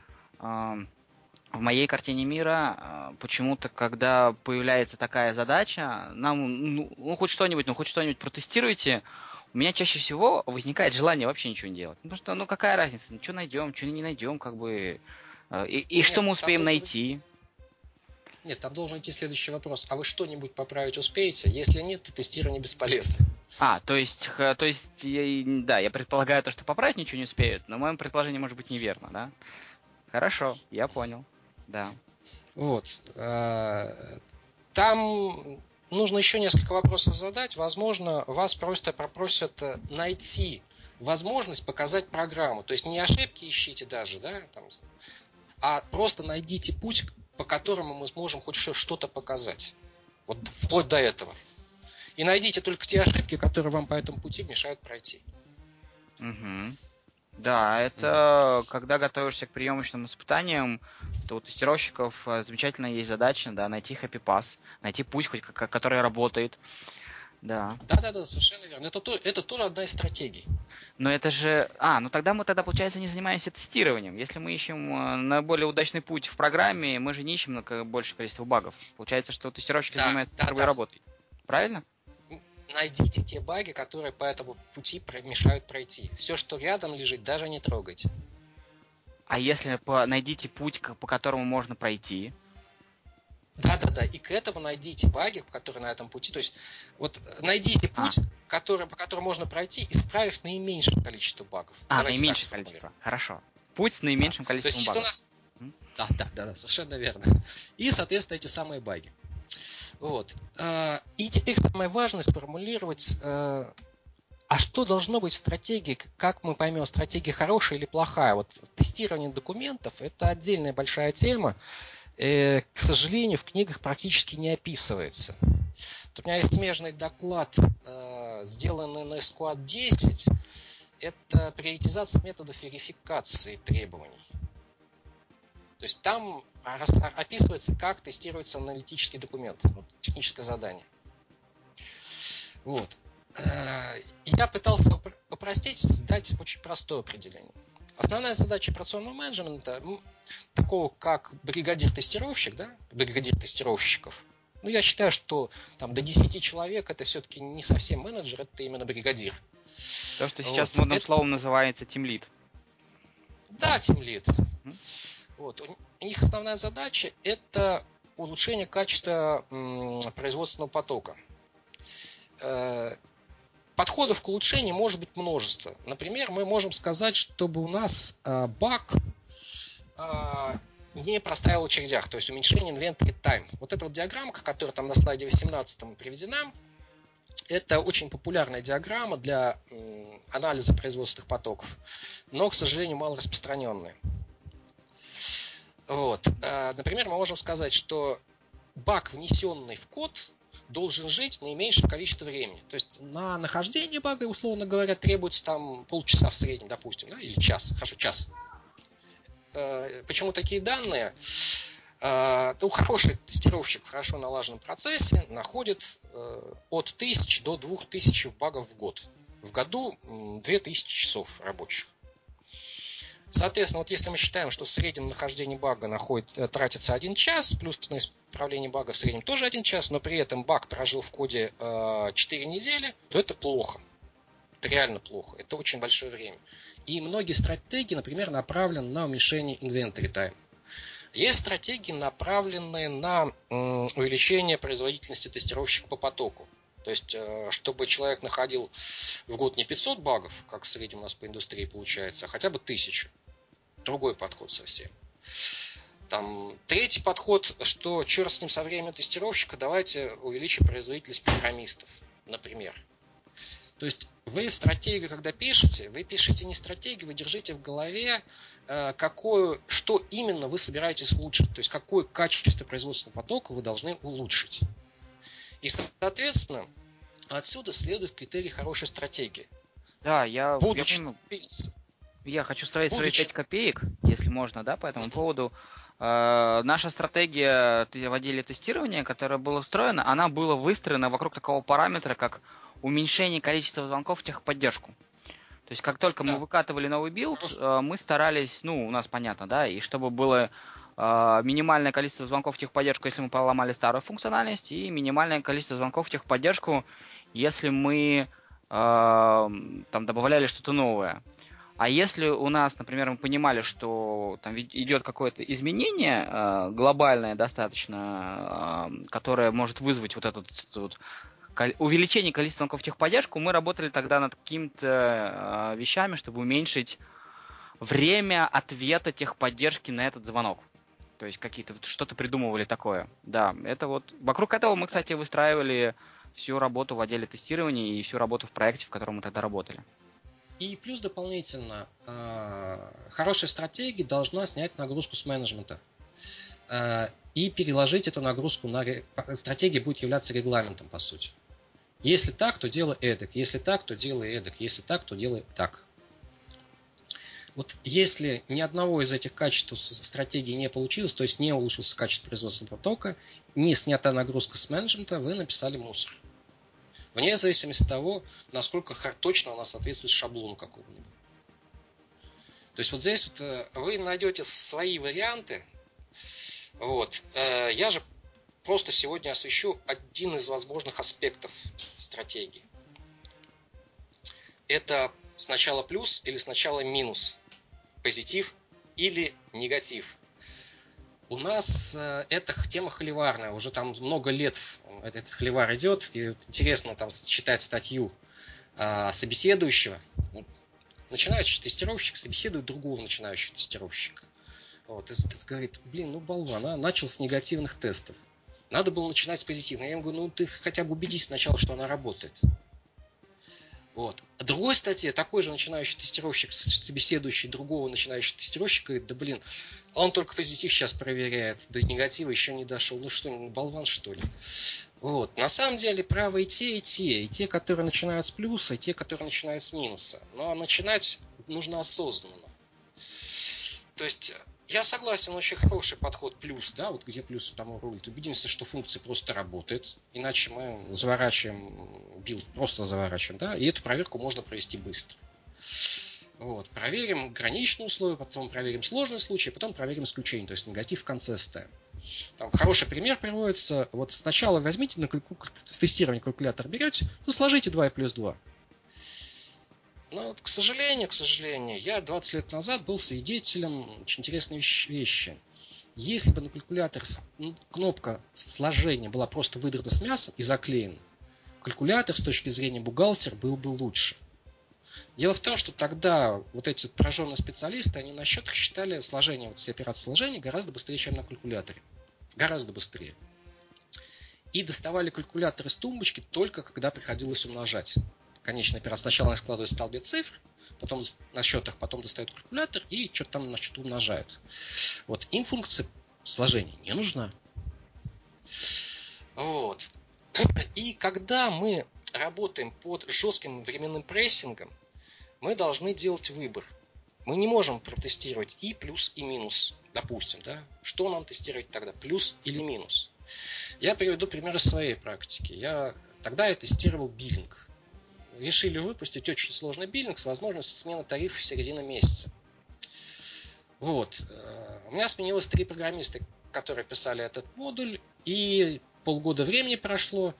В моей картине мира почему-то, когда появляется такая задача, нам ну, ну хоть что-нибудь, ну хоть что-нибудь протестируйте, у меня чаще всего возникает желание вообще ничего не делать. Потому что, ну какая разница, ну что найдем, что не найдем, как бы. И, и Нет, что мы успеем найти? Быть... Нет, там должен идти следующий вопрос. А вы что-нибудь поправить успеете? Если нет, то тестирование бесполезно. А, то есть, то есть, я, да, я предполагаю то, что поправить ничего не успеют, но мое предположение может быть неверно, да? Хорошо, я понял, да. Вот. Там нужно еще несколько вопросов задать. Возможно, вас просто попросят найти возможность показать программу. То есть не ошибки ищите даже, да, там, а просто найдите путь, по которому мы сможем хоть что-то показать. Вот вплоть до этого. И найдите только те ошибки, которые вам по этому пути мешают пройти. Угу. Да, это mm-hmm. когда готовишься к приемочным испытаниям, то у тестировщиков замечательно есть задача, да, найти happy path, найти путь, хоть который работает. Да. Да-да-да, совершенно верно. Это, то, это тоже одна из стратегий. Но это же... А, ну тогда мы тогда, получается, не занимаемся тестированием. Если мы ищем наиболее удачный путь в программе, мы же не ищем большее количество багов. Получается, что тестировщики да, занимаются да, цифровой да. работой. Правильно? Найдите те баги, которые по этому пути мешают пройти. Все, что рядом лежит, даже не трогайте. А если по... найдите путь, по которому можно пройти? Да-да-да, и к этому найдите баги, которые на этом пути. То есть, вот найдите путь, а. который, по которому можно пройти, исправив наименьшее количество багов. А, Давайте наименьшее количество. Хорошо. Путь с наименьшим да. количеством багов. То есть, если у нас... Да-да-да, совершенно верно. И, соответственно, эти самые баги. Вот. И теперь самое важное сформулировать, а что должно быть в стратегии, как мы поймем, стратегия хорошая или плохая. Вот тестирование документов – это отдельная большая тема. К сожалению, в книгах практически не описывается. У меня есть смежный доклад, сделанный на эс кью эй десять. Это приоритизация методов верификации требований. То есть там описывается, как тестируется аналитический документ, вот, техническое задание. Вот. Я пытался упростить, дать очень простое определение. Основная задача операционного менеджмента, такого как бригадир-тестировщик, да, бригадир тестировщиков, ну, я считаю, что там до десяти человек это все-таки не совсем менеджер, это именно бригадир. То, что сейчас вот. модным это... словом называется тимлид. Да, тимлид. Mm-hmm. Вот. У них основная задача – это улучшение качества м, производственного потока. Э, подходов к улучшению может быть множество. Например, мы можем сказать, чтобы у нас э, баг э, не простаивал в очередях, то есть уменьшение inventory time. Вот эта вот диаграммка, которая там на слайде восемнадцатом приведена, это очень популярная диаграмма для м, анализа производственных потоков, но, к сожалению, мало распространенная. Вот. Например, мы можем сказать, что баг, внесенный в код, должен жить наименьшее количество времени. То есть на нахождение бага, условно говоря, требуется там полчаса в среднем, допустим, да, или час. Хорошо, час. Почему такие данные? Ну, хороший тестировщик в хорошо налаженном процессе находит от тысячи до двух тысяч багов в год. В году две тысячи часов рабочих. Соответственно, вот если мы считаем, что в среднем нахождение бага находит, тратится один час, плюс на исправление бага в среднем тоже один час, но при этом баг прожил в коде э, четыре недели, то это плохо. Это реально плохо. Это очень большое время. И многие стратегии, например, направлены на уменьшение inventory time. Есть стратегии, направленные на э, увеличение производительности тестировщика по потоку. То есть, э, чтобы человек находил в год не пятьсот багов, как в среднем у нас по индустрии получается, а хотя бы тысячу. Другой подход совсем. Там, третий подход, что черт с ним со временем тестировщика, давайте увеличим производительность программистов, например. То есть вы стратегию, когда пишете, вы пишете не стратегию, вы держите в голове, э, какое, что именно вы собираетесь улучшить. То есть какое качество производственного потока вы должны улучшить. И, соответственно, отсюда следует критерий хорошей стратегии. Да, я, Будучи, я, я хочу ставить Будучи... свои пять копеек, если можно, да, по этому mm-hmm. поводу. Э, наша стратегия в отделе тестирования, которая была устроена, она была выстроена вокруг такого параметра, как уменьшение количества звонков в техподдержку. То есть, как только да. мы выкатывали новый билд, э, мы старались, ну, у нас понятно, да, и чтобы было э, минимальное количество звонков в техподдержку, если мы поломали старую функциональность, и минимальное количество звонков в техподдержку, если мы э, там добавляли что-то новое. А если у нас, например, мы понимали, что там идет какое-то изменение э, глобальное достаточно, э, которое может вызвать вот этот вот, кол- увеличение количества звонков в техподдержку, мы работали тогда над какими-то э, вещами, чтобы уменьшить время ответа техподдержки на этот звонок. То есть какие-то что-то придумывали такое. Да, это вот вокруг этого мы, кстати, выстраивали всю работу в отделе тестирования и всю работу в проекте, в котором мы тогда работали. И плюс дополнительно, хорошая стратегия должна снять нагрузку с менеджмента и переложить эту нагрузку на... Стратегия будет являться регламентом, по сути. Если так, то делай эдак. Если так, то делай эдак. Если так, то делай так. Вот если ни одного из этих качеств стратегии не получилось, то есть не улучшился качество производственного потока, не снята нагрузка с менеджмента, вы написали мусор. Вне зависимости от того, насколько точно она соответствует шаблону какому-нибудь. То есть вот здесь вот вы найдете свои варианты. Вот. Я же просто сегодня освещу один из возможных аспектов стратегии. Это сначала плюс или сначала минус. Позитив или негатив. У нас э, эта тема холиварная, уже там много лет этот холивар идет, и интересно там читать статью э, собеседующего. Начинающий тестировщик собеседует другого начинающего тестировщика. Вот, и этот говорит, блин, ну болван, а, начал с негативных тестов. Надо было начинать с позитивных. Я ему говорю, ну ты хотя бы убедись сначала, что она работает. Вот. А в другой статье такой же начинающий тестировщик, собеседующий другого начинающего тестировщика, говорит, да блин, он только позитив сейчас проверяет, до негатива еще не дошел. Ну что, болван что ли? Вот. На самом деле правы и те, и те. И те, которые начинают с плюса, и те, которые начинают с минуса. Но начинать нужно осознанно. То есть... Я согласен, очень хороший подход плюс, да, вот где плюс тому рулит. Убедимся, что функция просто работает, иначе мы заворачиваем билд, просто заворачиваем, да, и эту проверку можно провести быстро. Вот. Проверим граничные условия, потом проверим сложные случаи, потом проверим исключение, то есть негатив в конце ставим. Там хороший пример приводится, вот сначала возьмите на кальку... в тестировании калькулятор берете, ну сложите два и плюс два. Но вот, к сожалению, к сожалению, я двадцать лет назад был свидетелем очень интересной вещи. Если бы на калькулятор кнопка сложения была просто выдрана с мясом и заклеена, калькулятор с точки зрения бухгалтера был бы лучше. Дело в том, что тогда вот эти пораженные специалисты, они на счетах считали сложение, вот все операции сложения гораздо быстрее, чем на калькуляторе. Гораздо быстрее. И доставали калькулятор из тумбочки только когда приходилось умножать. Конечная операция. Сначала они складывают в столбе цифр, потом на счетах, потом достают калькулятор и что-то там на счету умножают. Вот. Им функция сложения не нужна. Вот. И когда мы работаем под жестким временным прессингом, мы должны делать выбор. Мы не можем протестировать и плюс, и минус. Допустим, да? Что нам тестировать тогда? Плюс или минус? Я приведу пример из своей практики. Я, тогда я тестировал биллинг. Решили выпустить очень сложный биллинг с возможностью смены тарифа в середине месяца. Вот. У меня сменилось три программиста, которые писали этот модуль, и полгода времени прошло.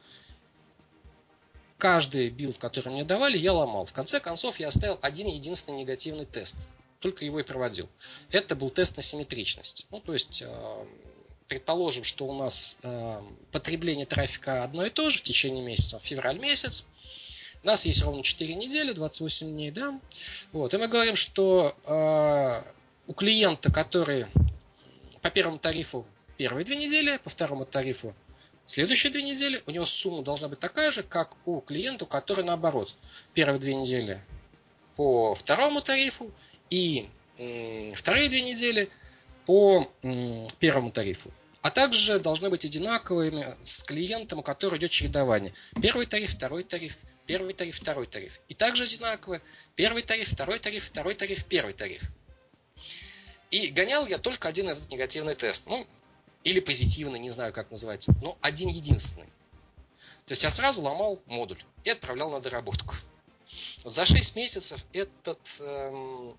Каждый билд, который мне давали, я ломал. В конце концов, я оставил один единственный негативный тест. Только его и проводил. Это был тест на симметричность. Ну, то есть, предположим, что у нас потребление трафика одно и то же в течение месяца, февраль месяц. У нас есть ровно четыре недели, двадцать восемь дней, да. Вот. И мы говорим, что э, у клиента, который по первому тарифу первые две недели, по второму тарифу следующие две недели, у него сумма должна быть такая же, как у клиента, который наоборот. Первые две недели по второму тарифу и э, вторые две недели по э, первому тарифу. А также должны быть одинаковыми с клиентом, у которого идет чередование. Первый тариф, второй тариф, первый тариф, второй тариф. И также одинаково. Первый тариф, второй тариф, второй тариф, первый тариф. И гонял я только один этот негативный тест. Ну, или позитивный, не знаю, как называть. Но один единственный. То есть я сразу ломал модуль и отправлял на доработку. За шесть месяцев этот эм,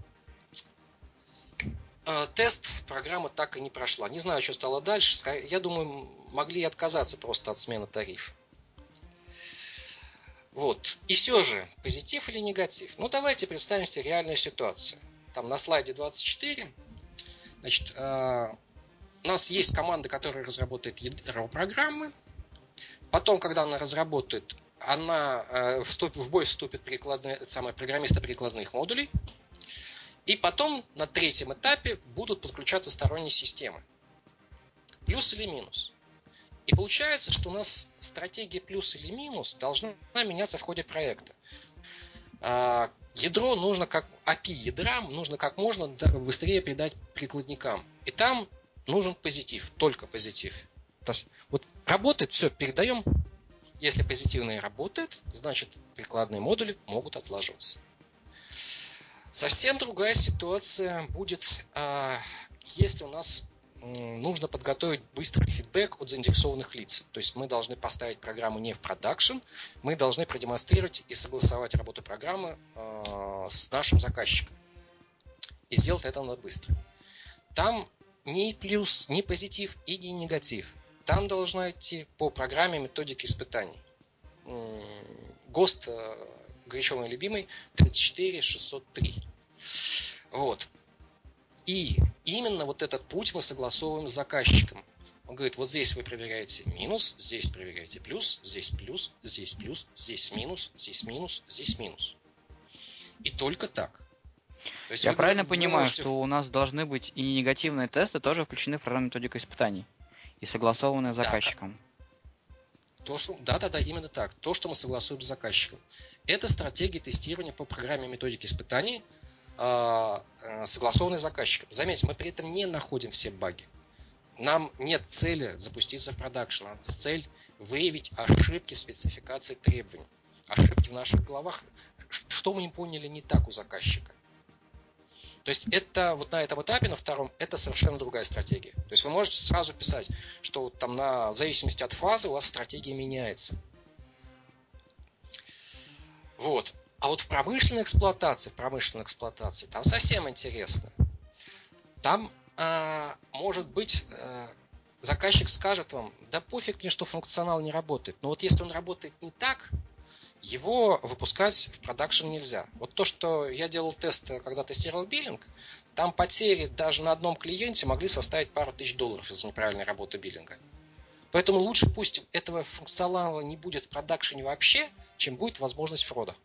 э, тест программа так и не прошла. Не знаю, что стало дальше. Я думаю, могли и отказаться просто от смены тарифа. Вот. И все же, позитив или негатив? Ну, давайте представим себе реальную ситуацию. Там на слайде двадцать четыре. Значит, э, у нас есть команда, которая разработает ядро программы. Потом, когда она разработает, она э, вступ, в бой вступит прикладные, самые программисты прикладных модулей. И потом на третьем этапе будут подключаться сторонние системы. Плюс или минус. И получается, что у нас стратегия плюс или минус должна меняться в ходе проекта. Ядро нужно, как эй пи ай ядра, нужно как можно быстрее передать прикладникам. И там нужен позитив, только позитив. То есть вот работает, все, передаем. Если позитивное работает, значит прикладные модули могут отлаживаться. Совсем другая ситуация будет, если у нас нужно подготовить быстрый фидбэк от заиндексованных лиц. То есть мы должны поставить программу не в продакшн, мы должны продемонстрировать и согласовать работу программы э, с нашим заказчиком. И сделать это надо быстро. Там ни плюс, ни позитив и ни негатив. Там должна идти по программе методики испытаний. ГОСТ, э, горячо мой любимый, тридцать четыре шестьсот три. Вот. И именно вот этот путь мы согласовываем с заказчиком. Он говорит, вот здесь вы проверяете минус, здесь проверяете плюс, здесь плюс, здесь плюс, здесь минус, здесь минус, здесь минус. И только так. То есть Я вы, правильно вы понимаю, можете... что у нас должны быть и негативные тесты тоже включены в программу методика испытаний и согласованные с заказчиком? То, что... Да, да, да, именно так. То, что мы согласуем с заказчиком. Это стратегия тестирования по программе методики испытаний, согласованный с заказчиком. Заметьте, мы при этом не находим все баги. Нам нет цели запуститься в продакшн, а цель выявить ошибки в спецификации требований. Ошибки в наших головах, что мы не поняли не так у заказчика. То есть это вот на этом этапе, на втором, это совершенно другая стратегия. То есть вы можете сразу писать, что вот там на, в зависимости от фазы у вас стратегия меняется. Вот. А вот в промышленной эксплуатации, в промышленной эксплуатации, там совсем интересно. Там, а, может быть, а, заказчик скажет вам, да пофиг мне, что функционал не работает. Но вот если он работает не так, его выпускать в продакшн нельзя. Вот то, что я делал тест, когда тестировал биллинг, там потери даже на одном клиенте могли составить пару тысяч долларов из-за неправильной работы биллинга. Поэтому лучше пусть этого функционала не будет в продакшене вообще, чем будет возможность фрода.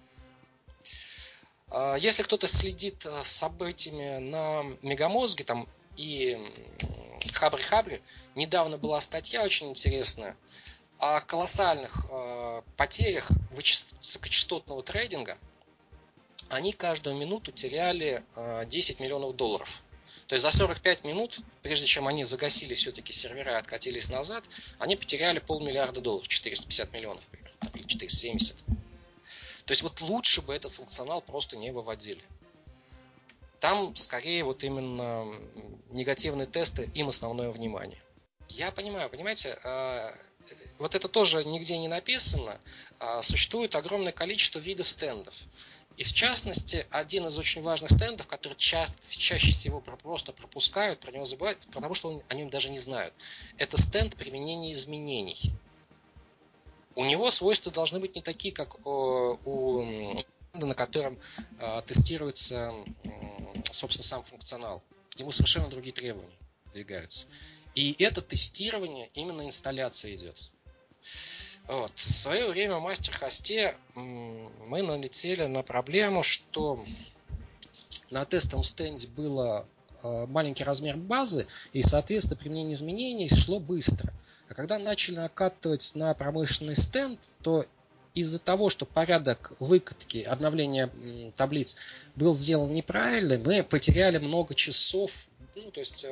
Если кто-то следит с событиями на Мегамозге там, и Хабре-Хабре, недавно была статья очень интересная о колоссальных потерях высокочастотного трейдинга. Они каждую минуту теряли десять миллионов долларов. То есть за сорок пять минут, прежде чем они загасили все-таки сервера и откатились назад, они потеряли полмиллиарда долларов, четыреста пятьдесят миллионов, примерно, или четыреста семьдесят. То есть вот лучше бы этот функционал просто не выводили. Там скорее вот именно негативные тесты, им основное внимание. Я понимаю, понимаете, вот это тоже нигде не написано. Существует огромное количество видов стендов. И в частности, один из очень важных стендов, который часто, чаще всего просто пропускают, про него забывают, потому что о нем даже не знают. Это стенд применения изменений. У него свойства должны быть не такие, как у стенда, на котором тестируется, собственно, сам функционал. К нему совершенно другие требования двигаются. И это тестирование, именно инсталляция идет. Вот. В свое время в MasterHost мы налетели на проблему, что на тестовом стенде было маленький размер базы, и, соответственно, применение изменений шло быстро. А когда начали накатывать на промышленный стенд, то из-за того, что порядок выкатки, обновления таблиц был сделан неправильно, мы потеряли много часов. Ну, то есть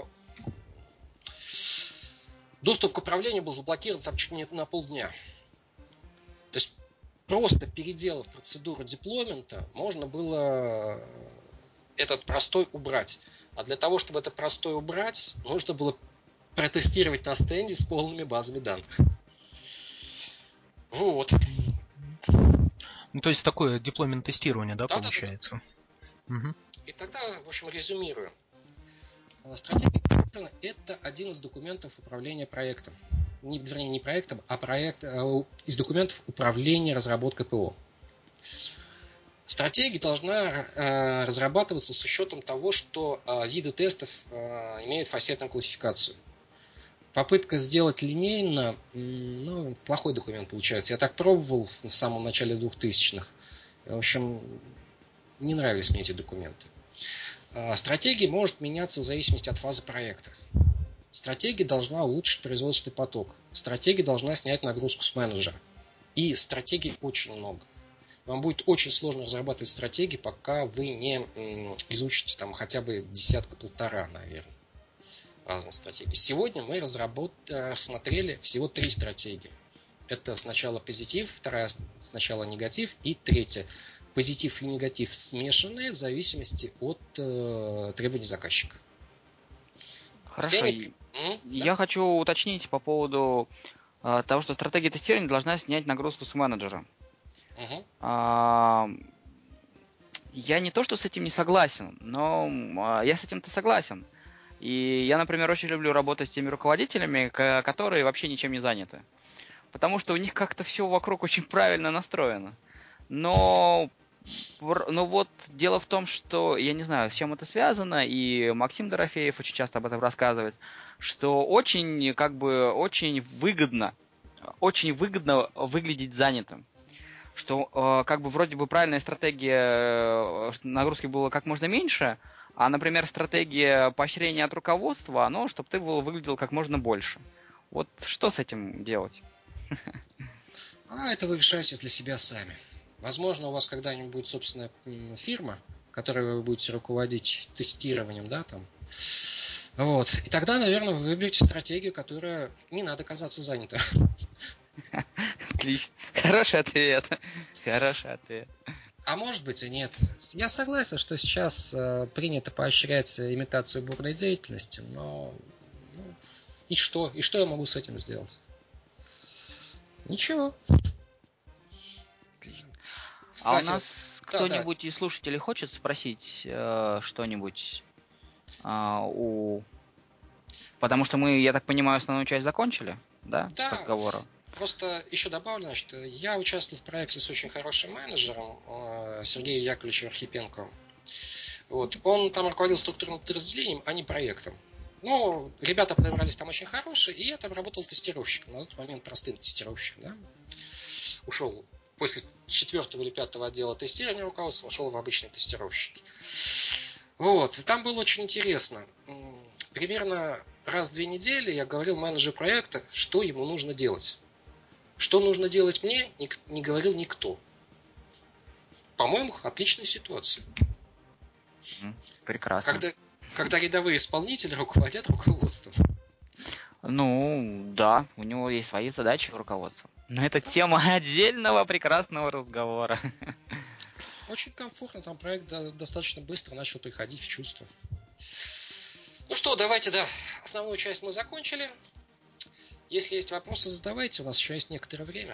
доступ к управлению был заблокирован там чуть не на полдня. То есть просто переделав процедуру деплоймента, можно было этот простой убрать. А для того, чтобы это простой убрать, нужно было протестировать на стенде с полными базами данных. Вот. Ну, то есть такое деплоймент тестирование, да, да получается? Да, да. Угу. И тогда, в общем, резюмирую. Стратегия – это один из документов управления проектом. Не, вернее, не проектом, а проект, а из документов управления разработкой ПО. Стратегия должна э, разрабатываться с учетом того, что э, виды тестов э, имеют фасетную классификацию. Попытка сделать линейно, ну, плохой документ получается. Я так пробовал в самом начале двухтысячных. В общем, не нравились мне эти документы. Стратегия может меняться в зависимости от фазы проекта. Стратегия должна улучшить производственный поток. Стратегия должна снять нагрузку с менеджера. И стратегий очень много. Вам будет очень сложно разрабатывать стратегии, пока вы не изучите там хотя бы десятка-полтора, наверное, разных стратегий. Сегодня мы разработ... рассмотрели всего три стратегии. Это сначала позитив, вторая сначала негатив и третья. Позитив и негатив смешанные в зависимости от э, требований заказчика. Хорошо. Они... Я да? хочу уточнить по поводу э, того, что стратегия тестирования должна снять нагрузку с менеджера. Угу. А, я не то, что с этим не согласен, но а, я с этим-то согласен. И я, например, очень люблю работать с теми руководителями, к- которые вообще ничем не заняты. Потому что у них как-то все вокруг очень правильно настроено. Но, но вот дело в том, что я не знаю, с чем это связано, и Максим Дорофеев очень часто об этом рассказывает, что очень, как бы, очень выгодно, очень выгодно выглядеть занятым. Что э, как бы вроде бы правильная стратегия э, нагрузки было как можно меньше, а, например, стратегия поощрения от руководства, оно, чтобы ты был, выглядел как можно больше. Вот что с этим делать? А это вы решаете для себя сами. Возможно, у вас когда-нибудь будет собственная фирма, которой вы будете руководить тестированием, да, там. Вот. И тогда, наверное, вы выберете стратегию, которая не надо казаться занятой. Отлично. Хороший ответ. Хороший ответ. А может быть и нет. Я согласен, что сейчас э, принято поощрять имитацию бурной деятельности, но ну, и что? И что я могу с этим сделать? Ничего. Отлично. Кстати, А у нас вот, кто-нибудь да, да. из слушателей хочет спросить э, что-нибудь э, у... Потому что мы, я так понимаю, основную часть закончили, да, Да, разговора? просто еще добавлю, что я участвовал в проекте с очень хорошим менеджером э, Сергеем Яковлевичем Архипенковым. Вот. Он там руководил структурным подразделением, а не проектом. Ну, ребята подобрались там очень хорошие, и я там работал тестировщиком, на тот момент простым тестировщиком. Да? Ушел после четвертого или пятого отдела тестирования руководства, ушел в обычные тестировщики. Вот. И там было очень интересно. Примерно раз в две недели я говорил менеджеру проекта, что ему нужно делать. Что нужно делать мне, не говорил никто. По-моему, отличная ситуация. Прекрасно. Когда, когда рядовые исполнители руководят руководством. Ну, да, у него есть свои задачи у руководства. Но это тема отдельного прекрасного разговора. Очень комфортно, там проект достаточно быстро начал приходить в чувство. Ну что, давайте, да, основную часть мы закончили. Если есть вопросы, задавайте, у нас еще есть некоторое время.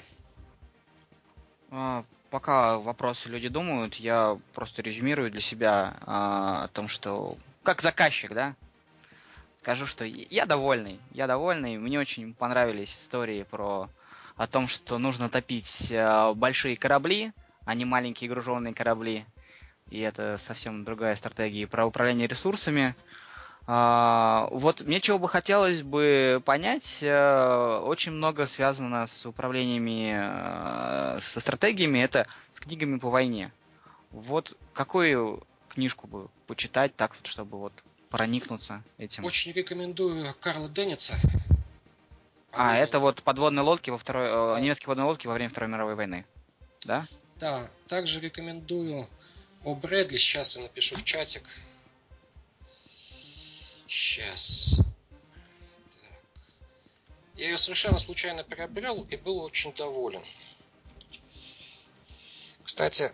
А, пока вопросы люди думают, я просто резюмирую для себя а, о том, что как заказчик, да, скажу, что я довольный, я довольный. Мне очень понравились истории про о том, что нужно топить а, большие корабли, а не маленькие груженные корабли. И это совсем другая стратегия про управление ресурсами. А, вот мне чего бы хотелось бы понять, а, очень много связано с управлениями, а, со стратегиями, это с книгами по войне. Вот какую книжку бы почитать так, чтобы вот проникнуться этим? Очень рекомендую Карла Денниса. А, это вот подводные лодки во второй, да. немецкие подводные лодки во время Второй мировой войны, да? Да, также рекомендую о Брэдли, сейчас я напишу в чатик. Сейчас. Так. Я ее совершенно случайно приобрел и был очень доволен. Кстати,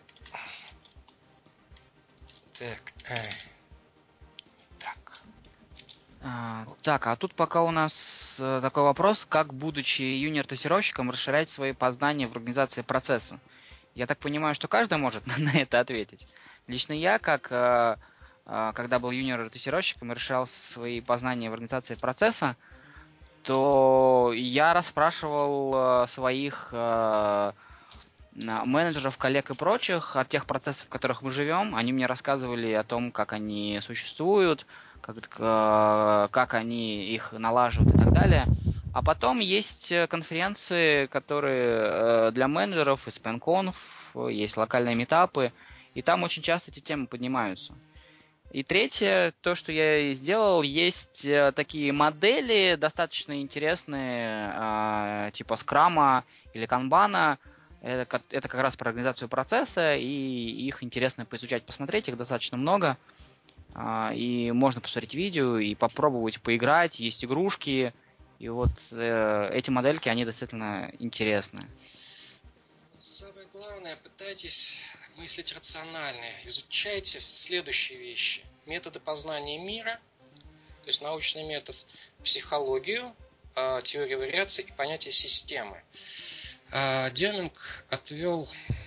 так, э, так. А, так, а тут пока у нас э, такой вопрос, как, будучи юниор-тестировщиком, расширять свои познания в организации процесса? Я так понимаю, что каждый может на это ответить. Лично я, как э, э, когда был юниор-тестировщиком и расширял свои познания в организации процесса, то я расспрашивал э, своих э, менеджеров, коллег и прочих от тех процессов, в которых мы живем. Они мне рассказывали о том, как они существуют, как, э, как они их налаживают и так далее. А потом есть конференции, которые э, для менеджеров, из PenConf, есть локальные митапы, и там очень часто эти темы поднимаются. И третье, то, что я и сделал, есть такие модели достаточно интересные, типа скрама или канбана. Это, это как раз про организацию процесса, и их интересно поизучать, посмотреть, их достаточно много. И можно посмотреть видео и попробовать поиграть, есть игрушки. И вот э, эти модельки, они действительно интересны. Самое главное, пытайтесь мыслить рационально. Изучайте следующие вещи. Методы познания мира, то есть научный метод, психологию, теорию вариаций и понятие системы. Деминг отвел,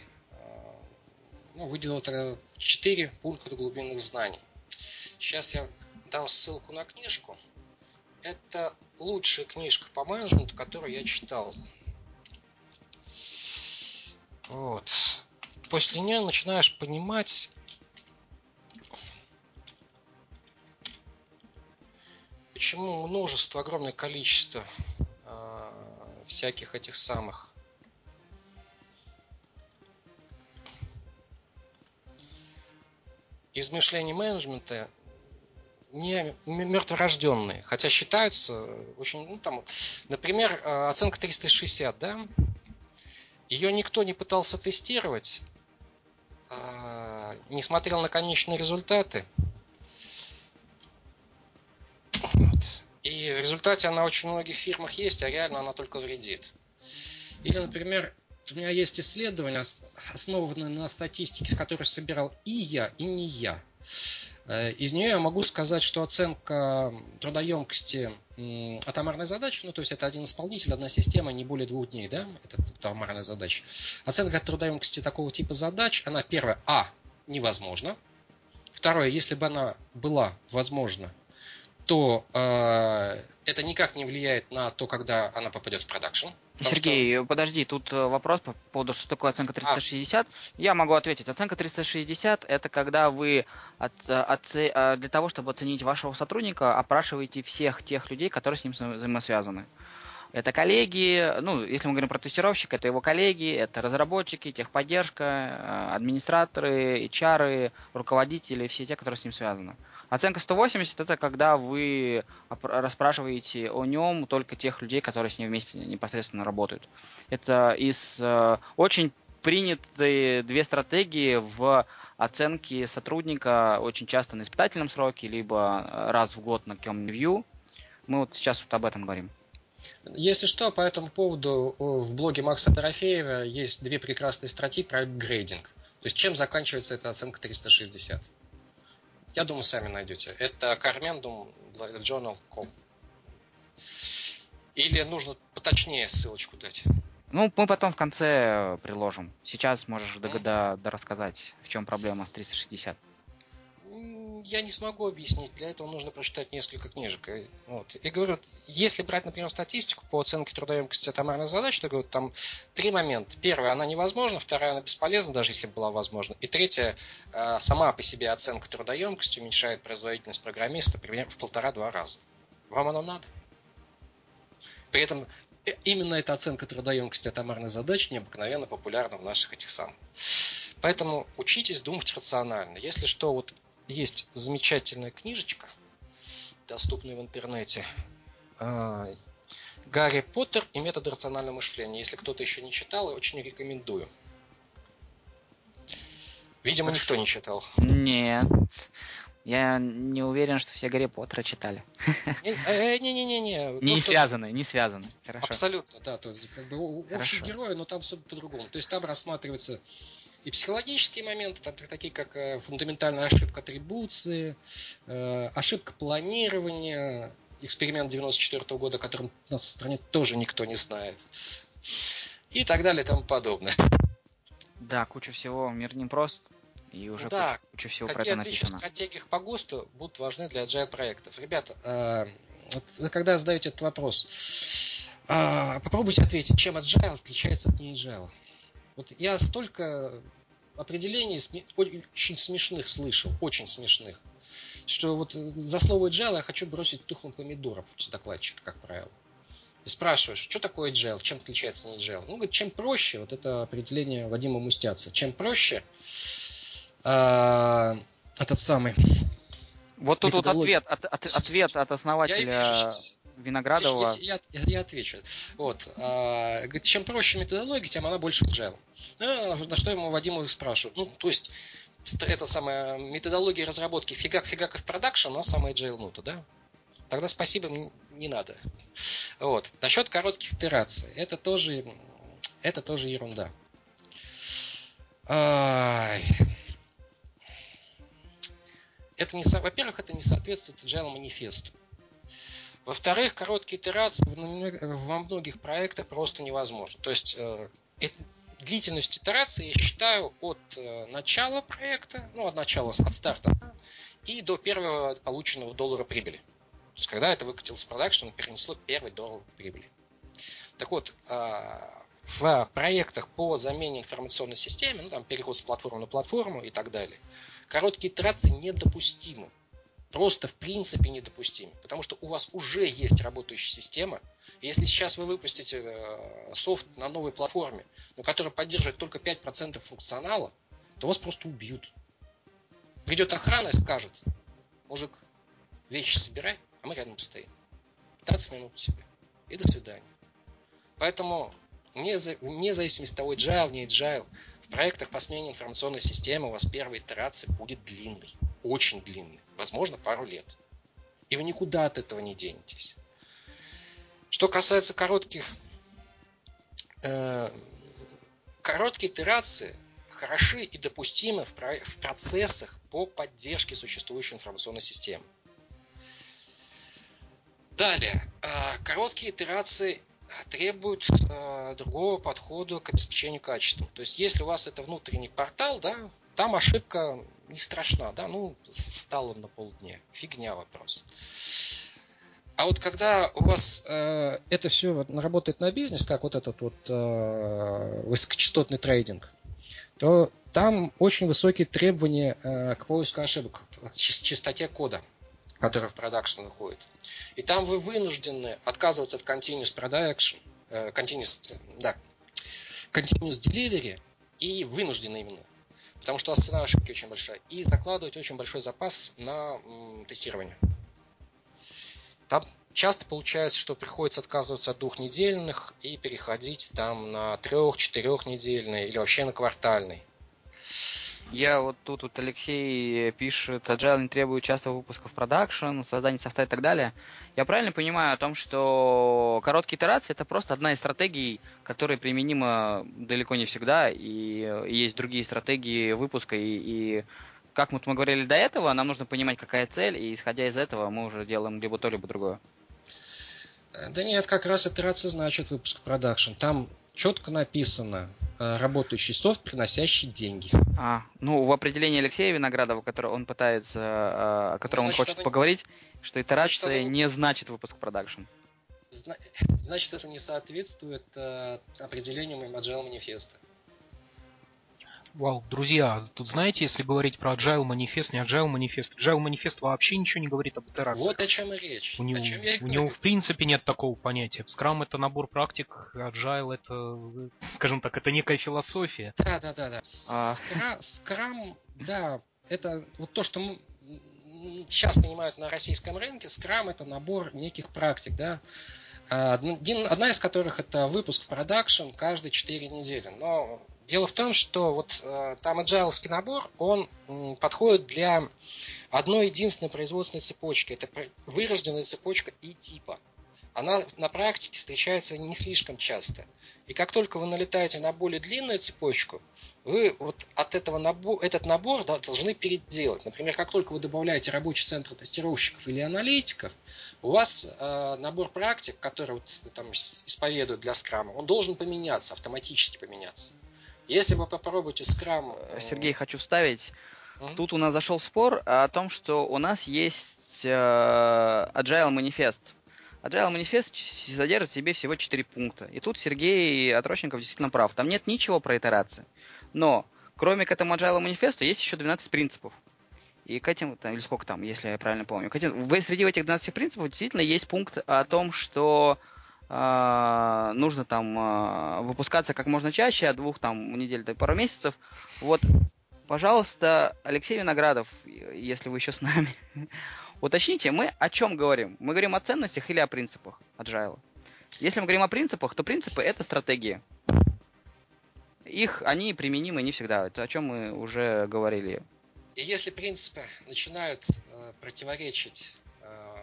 ну, выделил четыре пункта глубинных знаний. Сейчас я дам ссылку на книжку. Это лучшая книжка по менеджменту, которую я читал. Вот. После нее начинаешь понимать, почему множество, огромное количество э, всяких этих самых измышлений менеджмента не мертворожденные, хотя считаются очень, ну там, например, оценка триста шестьдесят, да, ее никто не пытался тестировать, не смотрел на конечные результаты, вот. И в результате она очень в многих фирмах есть, а реально она только вредит. Или, например, у меня есть исследование, основанное на статистике, с которой собирал и я, и не я. Из нее я могу сказать, что оценка трудоемкости атомарной задачи, ну то есть это один исполнитель, одна система, не более двух дней, да, это атомарная задача. Оценка трудоемкости такого типа задач, она первая, а, невозможна. Второе, если бы она была возможна, то э, это никак не влияет на то, когда она попадет в продакшн. Сергей, что... подожди, тут вопрос по поводу, что такое оценка триста шестьдесят. А. Я могу ответить. Оценка триста шестьдесят – это когда вы от, от, для того, чтобы оценить вашего сотрудника, опрашиваете всех тех людей, которые с ним взаимосвязаны. Это коллеги, ну, если мы говорим про тестировщика, это его коллеги, это разработчики, техподдержка, администраторы, эйч ар, руководители, все те, которые с ним связаны. Оценка сто восемьдесят – это когда вы расспрашиваете о нем только тех людей, которые с ним вместе непосредственно работают. Это из э, очень принятые две стратегии в оценке сотрудника очень часто на испытательном сроке, либо раз в год на каком-нибудь ревью. Мы вот сейчас вот об этом говорим. Если что, по этому поводу в блоге Макса Дорофеева есть две прекрасные статьи про грейдинг. То есть чем заканчивается эта оценка триста шестьдесят. Я думаю, сами найдете. Это Carmendum Journal точка ком. Или нужно поточнее ссылочку дать? Ну, мы потом в конце приложим. Сейчас можешь mm-hmm. дорассказать, в чем проблема с триста шестьдесят. Я не смогу объяснить. Для этого нужно прочитать несколько книжек. Вот. И говорю, если брать, например, статистику по оценке трудоемкости атомарных задач, то говорю, там три момента. Первая, она невозможна. Вторая, она бесполезна, даже если бы была возможна. И третья, сама по себе оценка трудоемкости уменьшает производительность программиста примерно в полтора-два раза. Вам оно надо? При этом именно эта оценка трудоемкости атомарных задач необыкновенно популярна в наших этих самых. Поэтому учитесь думать рационально. Если что, вот есть замечательная книжечка, доступная в интернете. «Гарри Поттер и методы рационального мышления». Если кто-то еще не читал, очень рекомендую. Видимо, никто не читал. Нет. Я не уверен, что все Гарри Поттера читали. Не-не-не-не. Не связаны, не связаны. Хорошо. Абсолютно, да. То есть, как бы общие герои, но там все по-другому. То есть там рассматривается и психологические моменты, такие как фундаментальная ошибка атрибуции, ошибка планирования, эксперимент девяносто четвёртого года, которым у нас в стране тоже никто не знает. И так далее и тому подобное. Да, куча всего, мир не прост. И уже да, куча, куча всего про это написано. Какие отличия в стратегиях по ГОСТу будут важны для agile проектов? Ребята, вот вы когда задаете этот вопрос, попробуйте ответить, чем agile отличается от не agile. Вот я столько определений очень смешных слышал, очень смешных, что вот за слово agile я хочу бросить тухлым помидором докладчика, как правило. И спрашиваешь, что такое agile, чем отличается не agile? Ну, говорит, чем проще, вот это определение Вадима Мустяца, чем проще э, этот самый Вот тут вот методология... ответ, от, от, ответ от основателя Виноградова. Я, я, я отвечу. Вот. А, говорит, чем проще методология, тем она больше agile. Ну, на что ему Вадиму спрашивают. Ну, то есть, это самая методология разработки фигак-фигак и в продакшн, она самая agile нута, да? Тогда спасибо, не надо. Вот. Насчет коротких итераций. Это тоже, это тоже ерунда. Ай. Это не, во-первых, это не соответствует agile манифесту. Во-вторых, короткие итерации во многих проектах просто невозможно. То есть э, это, длительность итерации я считаю от э, начала проекта, ну от начала, от старта, и до первого полученного доллара прибыли. То есть когда это выкатилось в продакшн, перенесло первый доллар прибыли. Так вот, э, в проектах по замене информационной системы, ну там переход с платформы на платформу и так далее, короткие итерации недопустимы. Просто в принципе недопустимо. Потому что у вас уже есть работающая система. И если сейчас вы выпустите софт на новой платформе, но который поддерживает только пять процентов функционала, то вас просто убьют. Придет охрана и скажет: мужик, вещи собирай, а мы рядом постоим. тридцать минут у тебя. И до свидания. Поэтому вне зависимости от того, agile, не agile, в проектах по смене информационной системы у вас первая итерация будет длинной. Очень длинный, возможно, пару лет. И вы никуда от этого не денетесь. Что касается коротких, э, короткие итерации хороши и допустимы в, про, в процессах по поддержке существующей информационной системы. Далее, э, короткие итерации требуют э, другого подхода к обеспечению качества. То есть, если у вас это внутренний портал, да, там ошибка не страшна, да, ну, встал он на полдня, фигня вопрос. А вот когда у вас э, это все вот работает на бизнес, как вот этот вот э, высокочастотный трейдинг, то там очень высокие требования э, к поиску ошибок, к чистоте кода, который в продакшн выходит. И там вы вынуждены отказываться от continuous production, э, continuous, да, continuous delivery, и вынуждены именно. Потому что у вас цена ошибки очень большая. И закладывать очень большой запас на м, тестирование. Там часто получается, что приходится отказываться от двухнедельных и переходить там на трех-четырехнедельные или вообще на квартальный. Я вот тут вот Алексей пишет: Agile не требует частого выпуска в продакшн, создание софта и так далее. Я правильно понимаю о том, что короткие итерации — это просто одна из стратегий, которая применима далеко не всегда, и есть другие стратегии выпуска, и, и как мы, мы говорили до этого, нам нужно понимать, какая цель, и исходя из этого мы уже делаем либо то, либо другое. Да нет, как раз итерация значит выпуск в продакшн. Там четко написано: работающий софт, приносящий деньги. А, ну, в определении Алексея Виноградова, который он пытается, о котором ну, значит, он хочет это... поговорить, что итерация значит, это... не значит выпуск в продакшн. Значит, это не соответствует э, определению Agile манифеста. Вау, друзья, тут знаете, если говорить про Agile манифест, не Agile манифест, Agile манифест вообще ничего не говорит об итерациях. Вот о чем и речь. У него, о чем я и у него в принципе нет такого понятия. Scrum — это набор практик, Agile — это, скажем так, это некая философия. Да, да, да, да. Scrum, Scrum, да, это вот то, что мы сейчас понимают на российском рынке. Scrum — это набор неких практик, да. Одна из которых это выпуск в продакшн каждые четыре недели. Но дело в том, что вот э, там agile-ский набор, он м, подходит для одной единственной производственной цепочки. Это вырожденная цепочка И-типа. Она на практике встречается не слишком часто. И как только вы налетаете на более длинную цепочку, вы вот от этого набор, этот набор да, должны переделать. Например, как только вы добавляете рабочий центр тестировщиков или аналитиков, у вас э, набор практик, который вот, там исповедуют для скрама, он должен поменяться, автоматически поменяться. Если вы попробуете скрам... Э... Сергей, хочу вставить. Mm-hmm. Тут у нас зашел спор о том, что у нас есть э, Agile манифест. Agile манифест содержит в себе всего четыре пункта. И тут Сергей Отрощенков действительно прав. Там нет ничего про итерации. Но, кроме к этому Agile манифесту, есть еще двенадцать принципов. И к этим, там, или сколько там, если я правильно помню, к этим, среди этих двенадцати принципов действительно есть пункт о том, что э, нужно там э, выпускаться как можно чаще, от двух там недель до пару месяцев. Вот Пожалуйста, Алексей Виноградов, если вы еще с нами, уточните, мы о чем говорим? Мы говорим о ценностях или о принципах Agile? Если мы говорим о принципах, то принципы — это стратегии. Их, они применимы не всегда. Это о чем мы уже говорили. И если принципы начинают э, противоречить, э,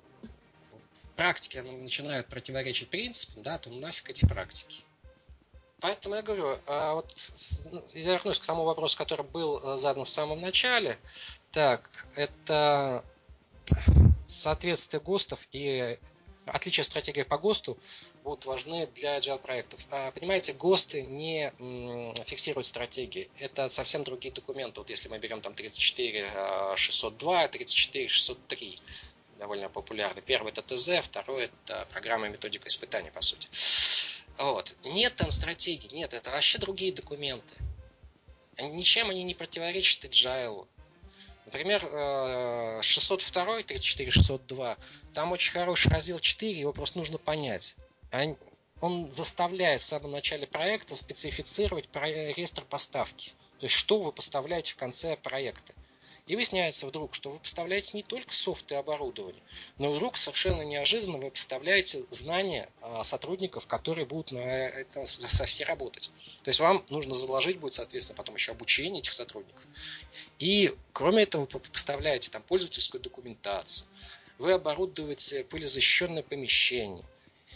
в практике начинают противоречить принципам, да, то нафиг эти практики. Поэтому я говорю, а вот я вернусь к тому вопросу, который был задан в самом начале. Так, это соответствие ГОСТов и отличие стратегии по ГОСТу будут важны для agile проектов. Понимаете, ГОСТы не фиксируют стратегии. Это совсем другие документы. Вот если мы берем там тридцать четыре шестьсот два, тридцать четыре шестьсот три, довольно популярны. Первый это ТЗ, второй это программа и методика испытаний, по сути. Вот. Нет там стратегии, нет, это вообще другие документы. Ничем они не противоречат agile. Например, шестьсот два, тридцать четыре шестьсот два, там очень хороший раздел четыре, его просто нужно понять. Он заставляет в самом начале проекта специфицировать реестр поставки. То есть, что вы поставляете в конце проекта. И выясняется вдруг, что вы поставляете не только софт и оборудование, но вдруг совершенно неожиданно вы поставляете знания сотрудников, которые будут на этом софте работать. То есть вам нужно заложить будет, соответственно, потом еще обучение этих сотрудников. И кроме этого вы поставляете там пользовательскую документацию, вы оборудуете пылезащищенное помещение,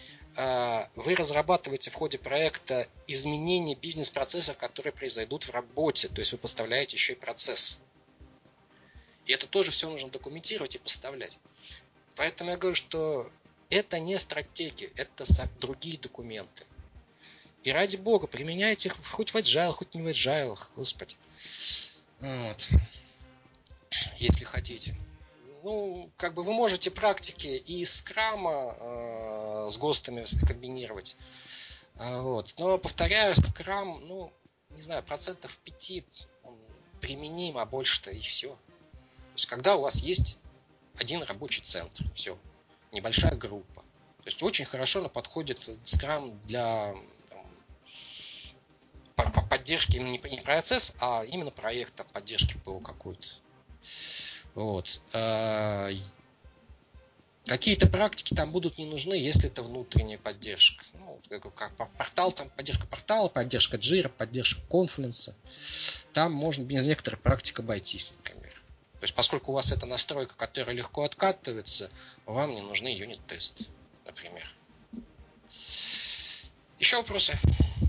вы разрабатываете в ходе проекта изменения бизнес-процессов, которые произойдут в работе, то есть вы поставляете еще и процесс. И это тоже все нужно документировать и поставлять. Поэтому я говорю, что это не стратегия, это другие документы. И ради бога, применяйте их хоть в agile, хоть не в agile, господи. Вот. Если хотите. Ну, как бы вы можете практики и скрама э, с ГОСТами комбинировать. А, вот. Но, повторяю, скрам, ну, не знаю, процентов пяти он применим, а больше-то и все. То есть, когда у вас есть один рабочий центр, все, небольшая группа. То есть, очень хорошо подходит скрам для там, по поддержки именно не процесс, а именно проекта поддержки ПО какой-то. Вот. Какие-то практики там будут не нужны, если это внутренняя поддержка. Ну, как портал, там поддержка портала, поддержка Jira, поддержка Confluence. Там можно без некоторых практик обойтись, например. То есть, поскольку у вас это настройка, которая легко откатывается, вам не нужны юнит-тесты, например. Еще вопросы?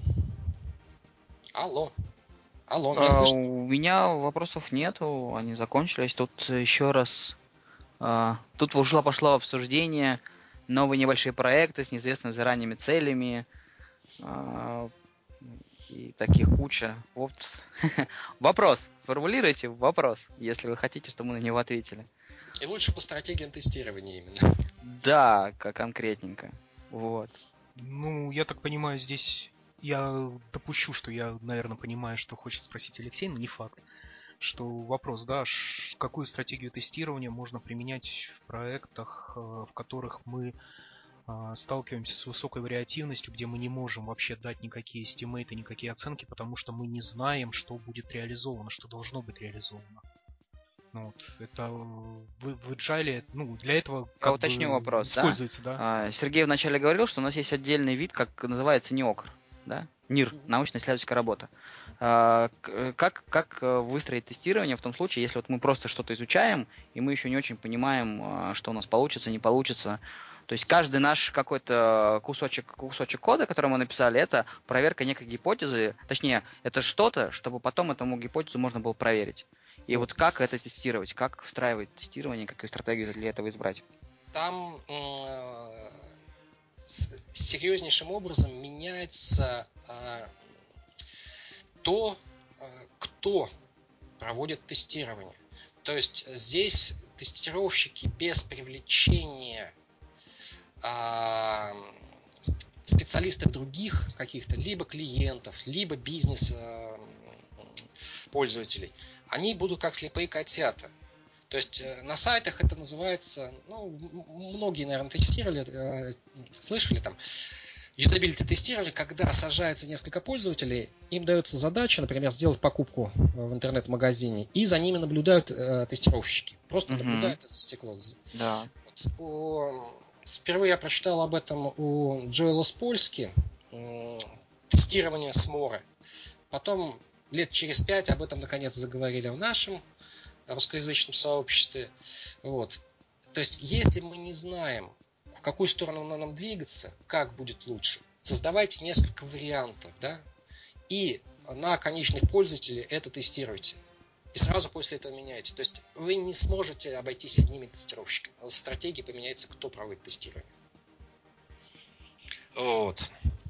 Алло. Алло, меня А, слышно? у меня вопросов нету, они закончились. Тут еще раз... А, тут ушло пошло обсуждение, новые небольшие проекты с неизвестными заранее целями. А, и таких куча. Вот. Вопрос. Формулируйте вопрос, если вы хотите, чтобы мы на него ответили. И лучше по стратегиям тестирования именно. Да, как конкретненько. Вот. Ну, я так понимаю, здесь я допущу, что я, наверное, понимаю, что хочет спросить Алексей, но не факт. Что вопрос, да, ш, какую стратегию тестирования можно применять в проектах, в которых мы э, сталкиваемся с высокой вариативностью, где мы не можем вообще дать никакие эстимейты, никакие оценки, потому что мы не знаем, что будет реализовано, что должно быть реализовано. Ну, вот, это в, в Agile, ну, для этого Я как уточню бы вопрос, используется, да? да? А, Сергей вначале говорил, что у нас есть отдельный вид, как называется НИОКР, да? НИР, научно-исследовательская работа. А, как, как выстроить тестирование в том случае, если вот мы просто что-то изучаем, и мы еще не очень понимаем, что у нас получится, не получится. То есть каждый наш какой-то кусочек, кусочек кода, который мы написали, это проверка некой гипотезы, точнее, это что-то, чтобы потом этому гипотезу можно было проверить. И вот как это тестировать, как встраивать тестирование, какую стратегию для этого избрать? Там э, с, серьезнейшим образом меняется э, то, э, кто проводит тестирование. То есть здесь тестировщики без привлечения э, специалистов других каких-то, либо клиентов, либо бизнес-пользователей, они будут как слепые котята. То есть на сайтах это называется, ну, многие, наверное, тестировали, слышали там, юзабилити тестирование, когда сажается несколько пользователей, им дается задача, например, сделать покупку в интернет-магазине, и за ними наблюдают э, тестировщики. Просто угу. наблюдают из-за стекла. Да. Вот. О, впервые я прочитал об этом у Джоэла Спольски, э, тестирование Смора. Потом лет через пять об этом наконец заговорили в нашем русскоязычном сообществе. Вот. То есть, если мы не знаем, в какую сторону нам двигаться, как будет лучше, создавайте несколько вариантов, да, и на конечных пользователей это тестируйте. И сразу после этого меняйте. То есть вы не сможете обойтись одними тестировщиками. Стратегия поменяется, кто проводит тестирование. Вот.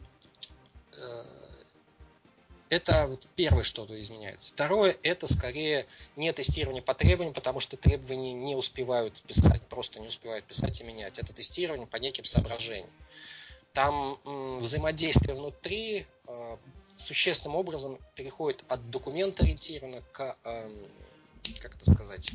Это вот первое, что изменяется. Второе, это скорее не тестирование по требованиям, потому что требования не успевают писать, просто не успевают писать и менять. Это тестирование по неким соображениям. Там м, взаимодействие внутри э, существенным образом переходит от документа ориентированно к, э, как это сказать,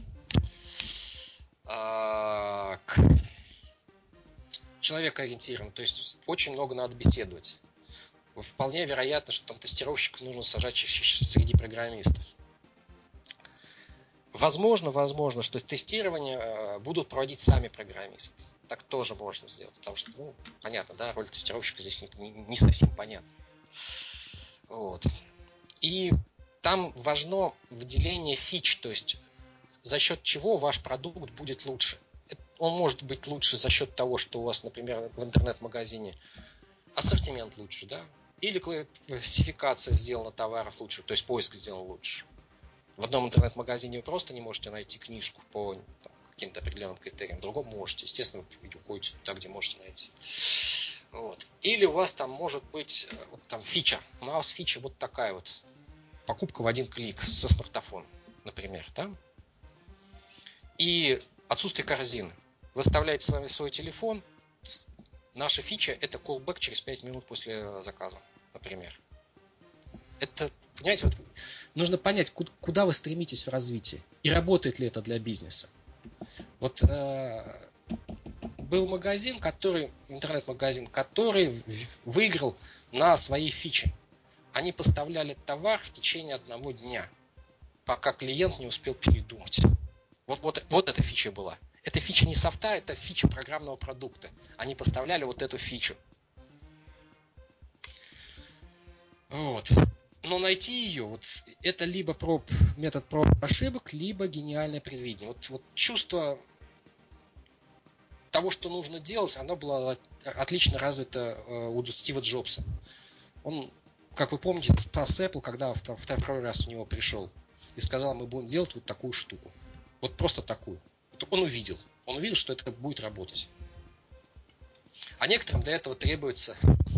э, к человекоориентированно. То есть очень много надо беседовать. Вполне вероятно, что там тестировщиков нужно сажать среди программистов. Возможно, возможно, что тестирование будут проводить сами программисты. Так тоже можно сделать, потому что, ну, понятно, да, роль тестировщика здесь не, не, не совсем понятна. Вот. И там важно выделение фич, то есть за счет чего ваш продукт будет лучше. Он может быть лучше за счет того, что у вас, например, в интернет-магазине ассортимент лучше, да, или классификация сделана товаров лучше, то есть поиск сделан лучше. В одном интернет-магазине вы просто не можете найти книжку по там, каким-то определенным критериям, в другом можете. Естественно, вы уходите туда, где можете найти. Вот. Или у вас там может быть вот, там, фича. У нас фича вот такая вот. Покупка в один клик со смартфоном, например. Да? И отсутствие корзины. Вы вставляете с вами в свой телефон. Наша фича – это callback через пять минут после заказа, например. Это, понимаете, вот нужно понять, куда вы стремитесь в развитии и работает ли это для бизнеса. Вот э, был магазин, который, интернет-магазин, который выиграл на свои фичи. Они поставляли товар в течение одного дня, пока клиент не успел передумать. Вот, вот, вот эта фича была. Это фича не софта, это фича программного продукта. Они поставляли вот эту фичу. Вот. Но найти ее, вот, это либо проб, метод проб ошибок, либо гениальное предвидение. Вот, вот чувство того, что нужно делать, оно было отлично развито у Стива Джобса. Он, как вы помните, спас Apple, когда второй раз в него пришел и сказал, мы будем делать вот такую штуку. Вот просто такую. Вот он увидел. Он увидел, что это будет работать. А некоторым для этого требуется...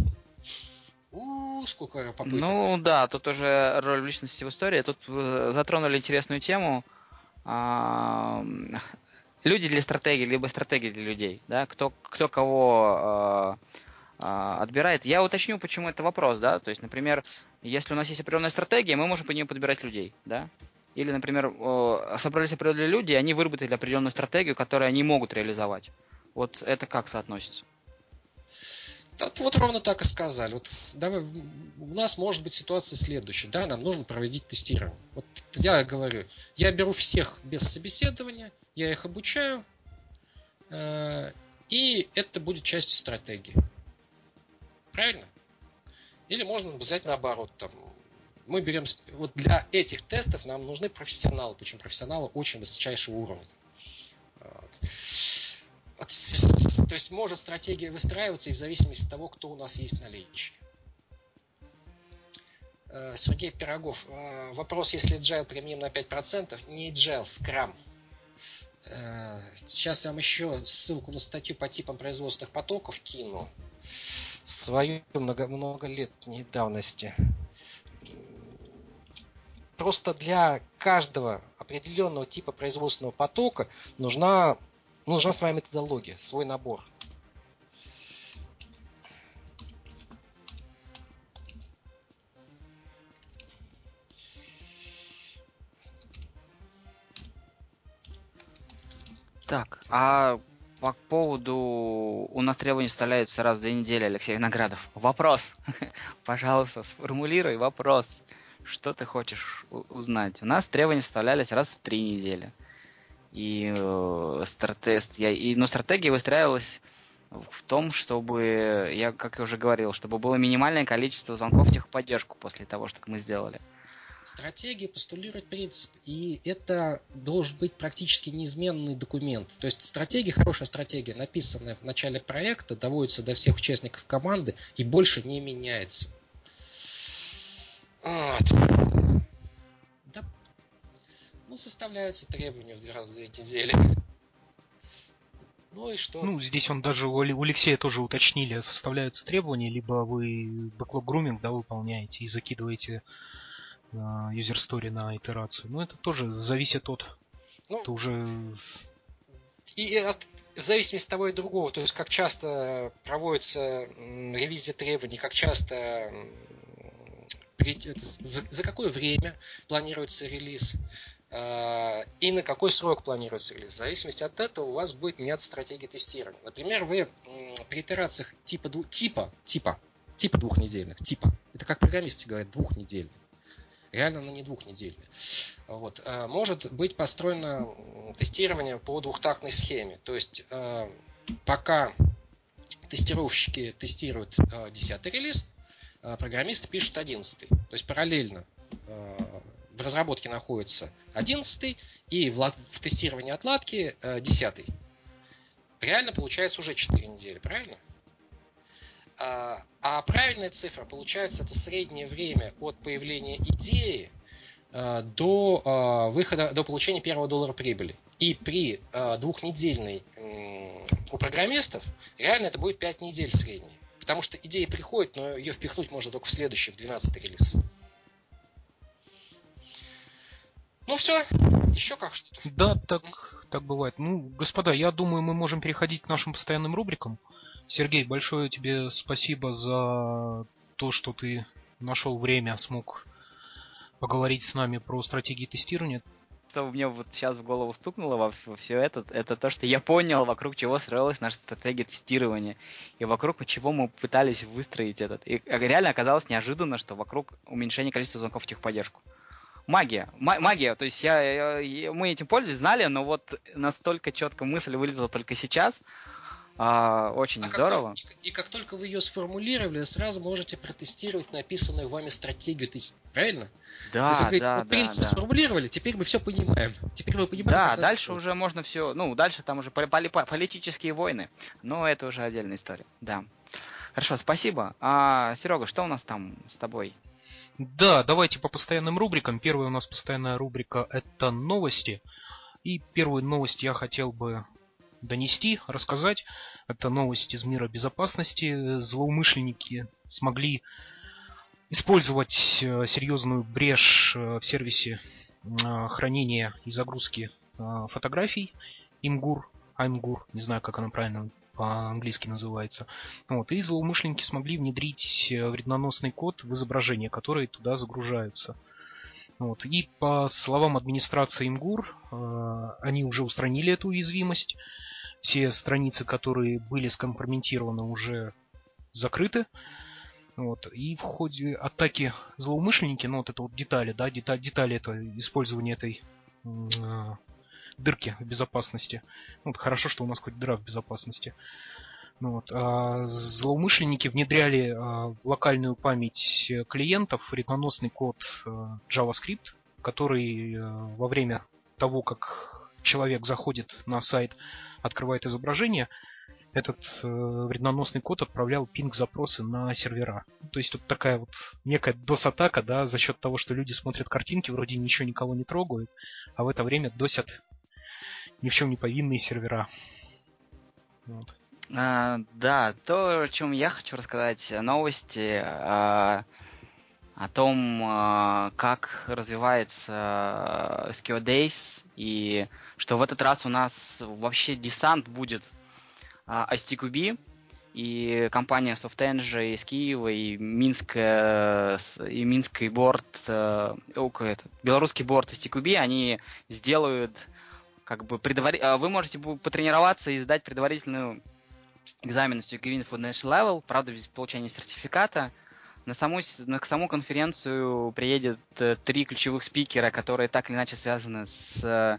У, сколько попыток. Ну да, тут уже роль личности в истории. Тут затронули интересную тему. Люди для стратегии, либо стратегии для людей. Да? Кто, кто кого отбирает. Я уточню, почему это вопрос. Да? То есть, например, если у нас есть определенная стратегия, мы можем по ней подбирать людей. Да? Или, например, собрались определенные люди, и они выработали определенную стратегию, которую они могут реализовать. Вот это как соотносится? Вот, вот ровно так и сказали. Вот, давай, у нас может быть ситуация следующая. Да, нам нужно проводить тестирование. Вот я говорю, я беру всех без собеседования, я их обучаю, э, и это будет частью стратегии. Правильно? Или можно взять наоборот. Там, мы берем... Вот для этих тестов нам нужны профессионалы, причем профессионалы очень высочайшего уровня. Вот. То есть может стратегия выстраиваться и в зависимости от того, кто у нас есть в наличии. Сергей Пирогов. Вопрос, если Agile применим на пять процентов, не Agile, Scrum. Сейчас я вам еще ссылку на статью по типам производственных потоков кину. Свою много, много лет недавности. Просто для каждого определенного типа производственного потока нужна Нужна своя методология, свой набор. Так, а по поводу... У нас требования составляются раз в две недели, Алексей Виноградов. Вопрос. Пожалуйста, сформулируй вопрос. Что ты хочешь узнать? У нас требования составлялись раз в три недели. И, э, стратег... я... и но стратегия выстраивалась в том, чтобы, я, как я уже говорил, чтобы было минимальное количество звонков в техподдержку после того, что мы сделали. Стратегия постулирует принцип, и это должен быть практически неизменный документ. То есть стратегия, хорошая стратегия, написанная в начале проекта, доводится до всех участников команды и больше не меняется. Вот. Да. Ну, составляются требования в два раза в две недели. Ну и что? Ну, здесь он даже у Алексея тоже уточнили, составляются требования, либо вы бэклог груминг, да, выполняете и закидываете user story на итерацию. Но это тоже зависит от... Ну, это уже... И от, в зависимости от того и другого, то есть как часто проводится ревизия требований, как часто, за, за какое время планируется релиз и на какой срок планируется релиз. В зависимости от этого у вас будет меняться стратегия тестирования. Например, вы при итерациях типа, типа, типа, типа двухнедельных, типа, это как программисты говорят, двухнедельных. Реально она не двухнедельная. Вот. Может быть построено тестирование по двухтактной схеме. То есть пока тестировщики тестируют десятый релиз, программисты пишут одиннадцатый. То есть параллельно в разработке находится одиннадцатый и в тестировании отладки десятый. Реально получается уже четыре недели, правильно? А правильная цифра, получается, это среднее время от появления идеи до выхода, до получения первого доллара прибыли. И при двухнедельной у программистов реально это будет пять недель средней. Потому что идея приходит, но ее впихнуть можно только в следующий, в двенадцатый релиз. Ну все, еще как что-то. Да, так, так бывает. Ну, господа, я думаю, мы можем переходить к нашим постоянным рубрикам. Сергей, большое тебе спасибо за то, что ты нашел время, смог поговорить с нами про стратегии тестирования. Что мне вот сейчас в голову стукнуло во, во все это, это то, что я понял, вокруг чего строилась наша стратегия тестирования. И вокруг чего мы пытались выстроить этот. И реально оказалось неожиданно, что вокруг уменьшения количества звонков в техподдержку. Магия. М- магия. То есть я, я, мы этим пользовались, знали, но вот настолько четко мысль вылезла только сейчас. А, очень а здорово. Как, и, и как только вы ее сформулировали, сразу можете протестировать написанную вами стратегию. Правильно? Да, То есть вы говорите, да, вот да, принцип да. сформулировали, теперь мы все понимаем. Теперь мы понимаем, Да, как дальше надо уже можно все, ну, дальше там уже поли- политические войны, но это уже отдельная история, да. Хорошо, спасибо. А, Серега, что у нас там с тобой? Да, давайте по постоянным рубрикам. Первая у нас постоянная рубрика – это новости. И первую новость я хотел бы донести, рассказать. Это новость из мира безопасности. Злоумышленники смогли использовать серьезную брешь в сервисе хранения и загрузки фотографий Имгур, Аймгур, не знаю, как она правильно по-английски называется. Вот, и злоумышленники смогли внедрить вредноносный код в изображения, которые туда загружаются. Вот, и по словам администрации Имгур, они уже устранили эту уязвимость. Все страницы, которые были скомпрометированы, уже закрыты. Вот. И в ходе атаки злоумышленники, ну вот это вот детали, да, детали, детали это использование этой э, дырки в безопасности. Вот хорошо, что у нас хоть дыра в безопасности. Ну вот. А злоумышленники внедряли а, в локальную память клиентов вредноносный код а, JavaScript, который а, во время того, как человек заходит на сайт, открывает изображение, этот э, вредноносный код отправлял пинг-запросы на сервера. То есть тут такая вот некая дос-атака, да, за счет того, что люди смотрят картинки, вроде ничего никого не трогают, а в это время досят ни в чем не повинные сервера. Вот. А, да, то, о чем я хочу рассказать, новости а, о том, а, как развивается эс кью эль Days, и что в этот раз у нас вообще десант будет а, эй эс ти кью би, и компания SoftEng из Киева, и Минск, и Минский борт, э, это, белорусский борт эй эс ти кью би, они сделают как бы предвари... вы можете потренироваться и сдать предварительную экзамен с TukeWin Foundation Level, правда, без получения сертификата. На саму, на саму конференцию приедет э, три ключевых спикера, которые так или иначе связаны с, э,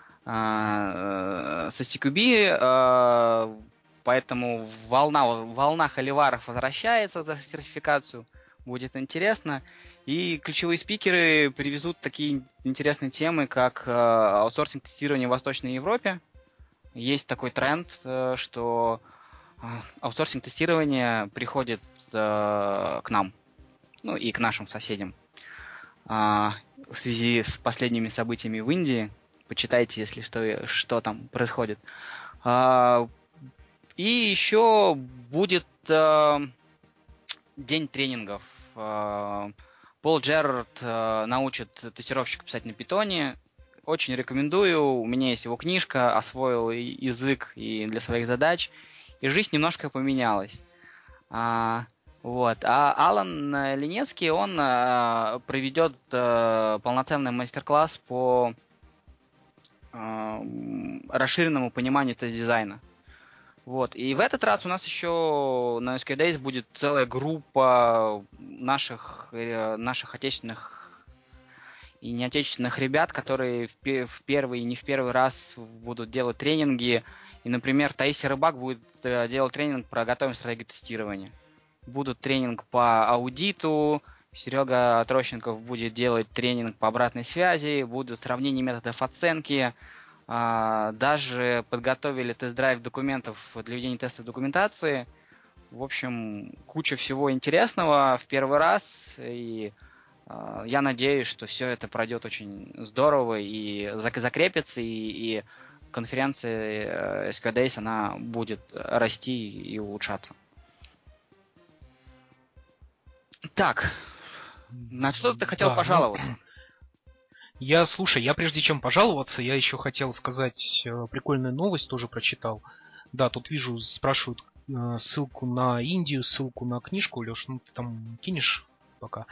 э, со си кью би, э, поэтому волна, волна холиваров возвращается за сертификацию, будет интересно. И ключевые спикеры привезут такие интересные темы, как э, аутсорсинг-тестирование в Восточной Европе. Есть такой тренд, э, что аутсорсинг-тестирование приходит э, к нам, ну и к нашим соседям. А, в связи с последними событиями в Индии, почитайте, если что, что там происходит. А, и еще будет э, день тренингов. Э, Пол Джерард э, научит тестировщика писать на питоне. Очень рекомендую. У меня есть его книжка, освоил язык и для своих задач. И жизнь немножко поменялась. А, вот. А Алан Ленецкий, он а, проведет а, полноценный мастер-класс по а, расширенному пониманию тест-дизайна. Вот. И в этот раз у нас еще на эс кью Days будет целая группа наших, наших отечественных и неотечественных ребят, которые в, в первый и не в первый раз будут делать тренинги. И, например, Таисия Рыбак будет э, делать тренинг про готовим стратегию тестирования. Будут тренинг по аудиту, Серега Трощенков будет делать тренинг по обратной связи, будут сравнения методов оценки. Э, даже подготовили тест-драйв документов для ведения тестовой документации. В общем, куча всего интересного в первый раз. И э, я надеюсь, что все это пройдет очень здорово и закрепится, и, и конференция эс кью Days, она будет расти и улучшаться. Так, на что ты хотел да, пожаловаться? Ну, я, слушай, я прежде чем пожаловаться, я еще хотел сказать э, прикольную новость, тоже прочитал. Да, тут вижу, спрашивают э, ссылку на Индию, ссылку на книжку. Леш, ну ты там кинешь пока.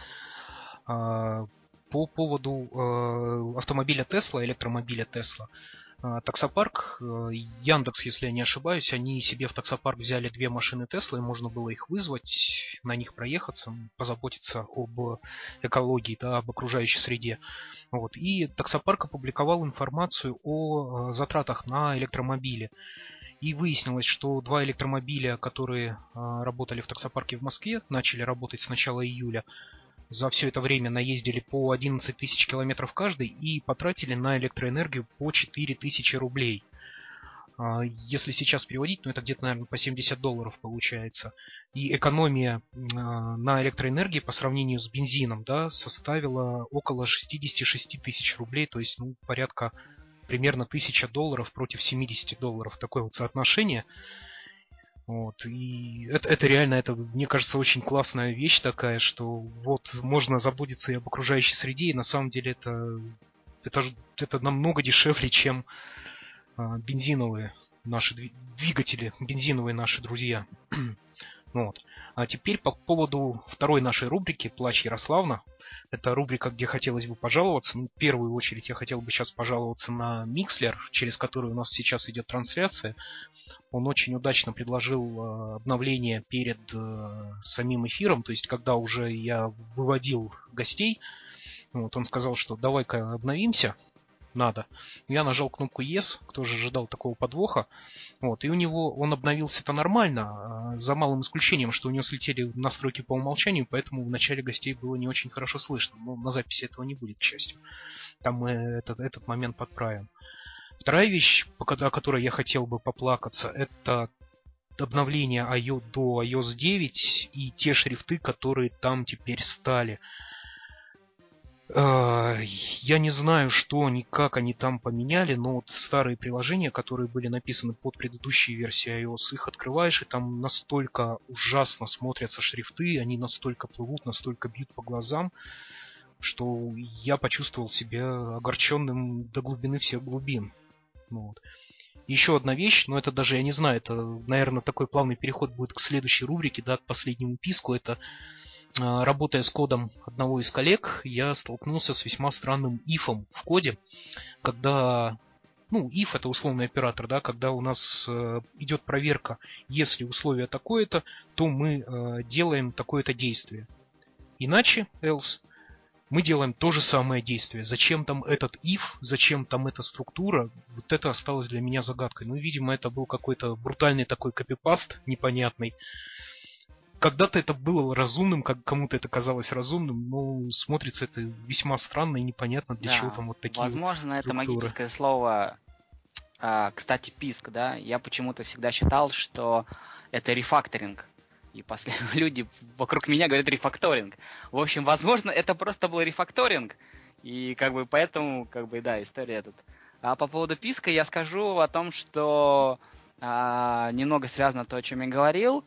Э, по поводу э, автомобиля Tesla, электромобиля Tesla. Таксопарк, Яндекс, если я не ошибаюсь, они себе в таксопарк взяли две машины Тесла, и можно было их вызвать, на них проехаться, позаботиться об экологии, да, об окружающей среде. Вот. И таксопарк опубликовал информацию о затратах на электромобили. И выяснилось, что два электромобиля, которые работали в таксопарке в Москве, начали работать с начала июля, за все это время наездили по одиннадцать тысяч километров каждый и потратили на электроэнергию по четыре тысячи рублей. Если сейчас переводить, ну это где-то, наверное, по семьдесят долларов получается. И экономия на электроэнергии по сравнению с бензином, да, составила около шестьдесят шесть тысяч рублей, то есть ну, порядка примерно тысяча долларов против семьдесят долларов. Такое вот соотношение. Вот, и это, это реально, это, мне кажется, очень классная вещь такая, что вот можно заботиться и об окружающей среде, и на самом деле это, это, это намного дешевле, чем а, бензиновые наши двигатели, бензиновые наши друзья. Вот. А теперь по поводу второй нашей рубрики «Плач Ярославна». Это рубрика, где хотелось бы пожаловаться. Ну, в первую очередь я хотел бы сейчас пожаловаться на Mixler, через который у нас сейчас идет трансляция. Он очень удачно предложил э, обновление перед э, самим эфиром, то есть когда уже я выводил гостей, вот, он сказал, что давай-ка обновимся, надо. Я нажал кнопку Yes, кто же ожидал такого подвоха, вот, и у него он обновился-то нормально, за малым исключением, что у него слетели настройки по умолчанию, поэтому в начале гостей было не очень хорошо слышно, но на записи этого не будет, к счастью. Там мы этот, этот момент подправим. Вторая вещь, о которой я хотел бы поплакаться, это обновление ай о до ай о эс девять и те шрифты, которые там теперь стали. Я не знаю, что они, как они там поменяли, но вот старые приложения, которые были написаны под предыдущие версии iOS, их открываешь, и там настолько ужасно смотрятся шрифты, они настолько плывут, настолько бьют по глазам, что я почувствовал себя огорченным до глубины всех глубин. Вот. Еще одна вещь, но это даже, я не знаю, это, наверное, такой плавный переход будет к следующей рубрике, да, к последнему писку. Это, работая с кодом одного из коллег, я столкнулся с весьма странным ифом в коде, когда ну, if это условный оператор, да, когда у нас э, идет проверка, если условие такое-то, то мы э, делаем такое-то действие. Иначе, else, мы делаем то же самое действие. Зачем там этот if, зачем там эта структура, вот это осталось для меня загадкой. Ну, видимо, это был какой-то брутальный такой копипаст непонятный. Когда-то это было разумным, как кому-то это казалось разумным, но смотрится это весьма странно и непонятно, для Да, чего там вот такие возможно, вот это структуры. магическое слово, а, кстати, писк, да, я почему-то всегда считал, что это рефакторинг. И после люди вокруг меня говорят рефакторинг. В общем, возможно, это просто был рефакторинг. И как бы поэтому, как бы, да, история этот. А по поводу писка я скажу о том, что а, немного связано то, о чем я говорил.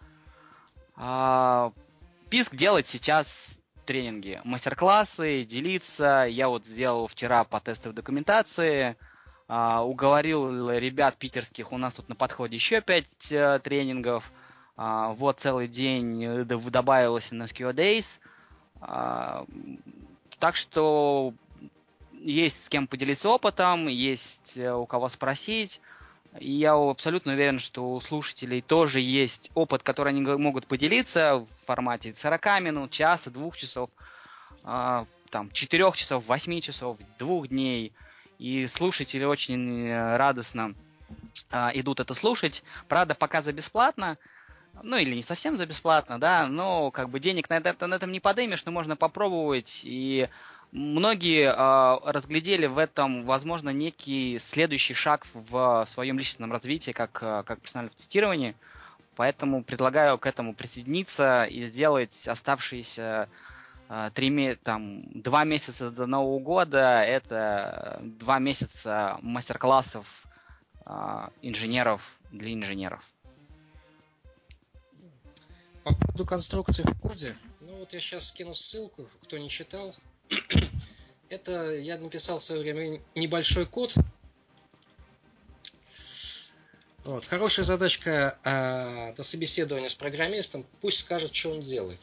А, Писк делает сейчас тренинги, мастер-классы, делиться. Я вот сделал вчера по тестовой документации, а, уговорил ребят питерских, у нас тут на подходе еще пять а, тренингов. А, вот целый день добавилось на эс кью эль Days. А, так что есть с кем поделиться опытом, есть у кого спросить. И я абсолютно уверен, что у слушателей тоже есть опыт, который они могут поделиться в формате сорок минут, часа, двух часов, э, там, четырех часов, восьми часов, двух дней. И слушатели очень радостно э, идут это слушать. Правда, пока за бесплатно, ну или не совсем за бесплатно, да, но как бы денег на, это, на этом не подымешь, но можно попробовать. И многие э, разглядели в этом, возможно, некий следующий шаг в своем личностном развитии, как, как профессионально в тестировании. Поэтому предлагаю к этому присоединиться и сделать оставшиеся э, три, там, два месяца до Нового года. Это два месяца мастер-классов э, инженеров для инженеров. По поводу конструкции в коде, ну вот я сейчас скину ссылку, кто не читал. Это я написал в свое время небольшой код. Вот. Хорошая задачка а, до собеседования с программистом. Пусть скажет, что он делает.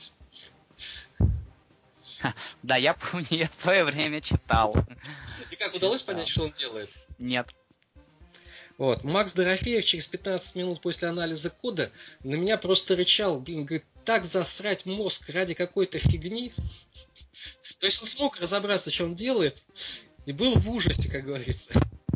Да, я помню, я в свое время читал. И как, удалось понять, что он делает? Нет. Вот. Макс Дорофеев через пятнадцать минут после анализа кода на меня просто рычал. Блин, говорит, так засрать мозг ради какой-то фигни. То есть он смог разобраться, что он делает, и был в ужасе, как говорится.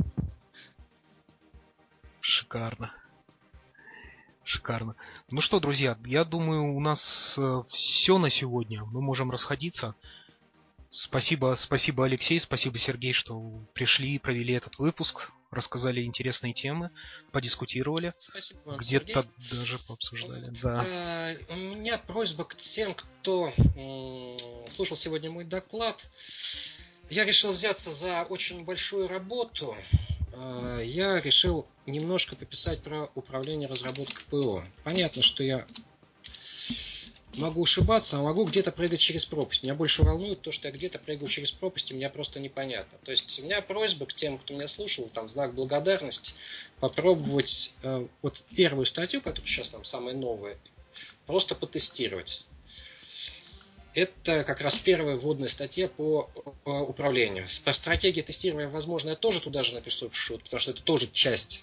Шикарно. Шикарно. Ну что, друзья, я думаю, у нас э, все на сегодня. Мы можем расходиться. Спасибо, спасибо, Алексей, спасибо, Сергей, что пришли и провели этот выпуск, рассказали интересные темы, подискутировали. Спасибо вам, где-то Сергей. даже пообсуждали. Да. А, у меня просьба к тем, кто м- слушал сегодня мой доклад. Я решил взяться за очень большую работу. А, я решил немножко пописать про управление разработкой ПО. Понятно, что я могу ошибаться, а могу где-то прыгать через пропасть. Меня больше волнует то, что я где-то прыгаю через пропасть, и мне просто непонятно. То есть у меня просьба к тем, кто меня слушал, там, в знак благодарности, попробовать э, вот первую статью, которая сейчас там самая новая, просто потестировать. Это как раз первая вводная статья по э, управлению. Про стратегии тестирования, возможно, я тоже туда же напишу, потому что это тоже часть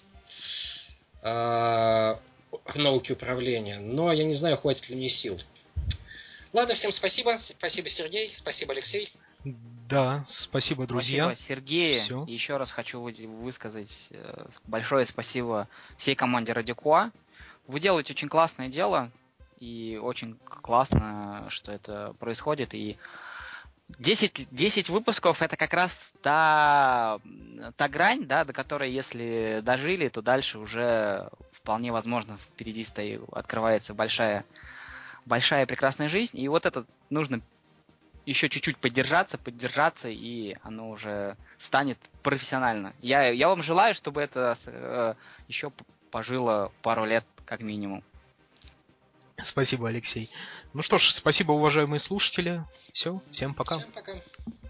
э, науки управления. Но я не знаю, хватит ли мне сил. Ладно, всем спасибо. Спасибо, Сергей. Спасибо, Алексей. Да, спасибо, друзья. Спасибо, Сергей. Все. Еще раз хочу высказать большое спасибо всей команде Радикуа. Вы делаете очень классное дело, и очень классно, что это происходит. И десять, десять выпусков — это как раз та, та грань, да, до которой, если дожили, то дальше уже вполне возможно впереди стоит, открывается большая, большая прекрасная жизнь. И вот это нужно еще чуть-чуть поддержаться, поддержаться, и оно уже станет профессионально. Я, я вам желаю, чтобы это э, еще пожило пару лет как минимум. Спасибо, Алексей. Ну что ж, спасибо, уважаемые слушатели. Все, всем пока. Всем пока.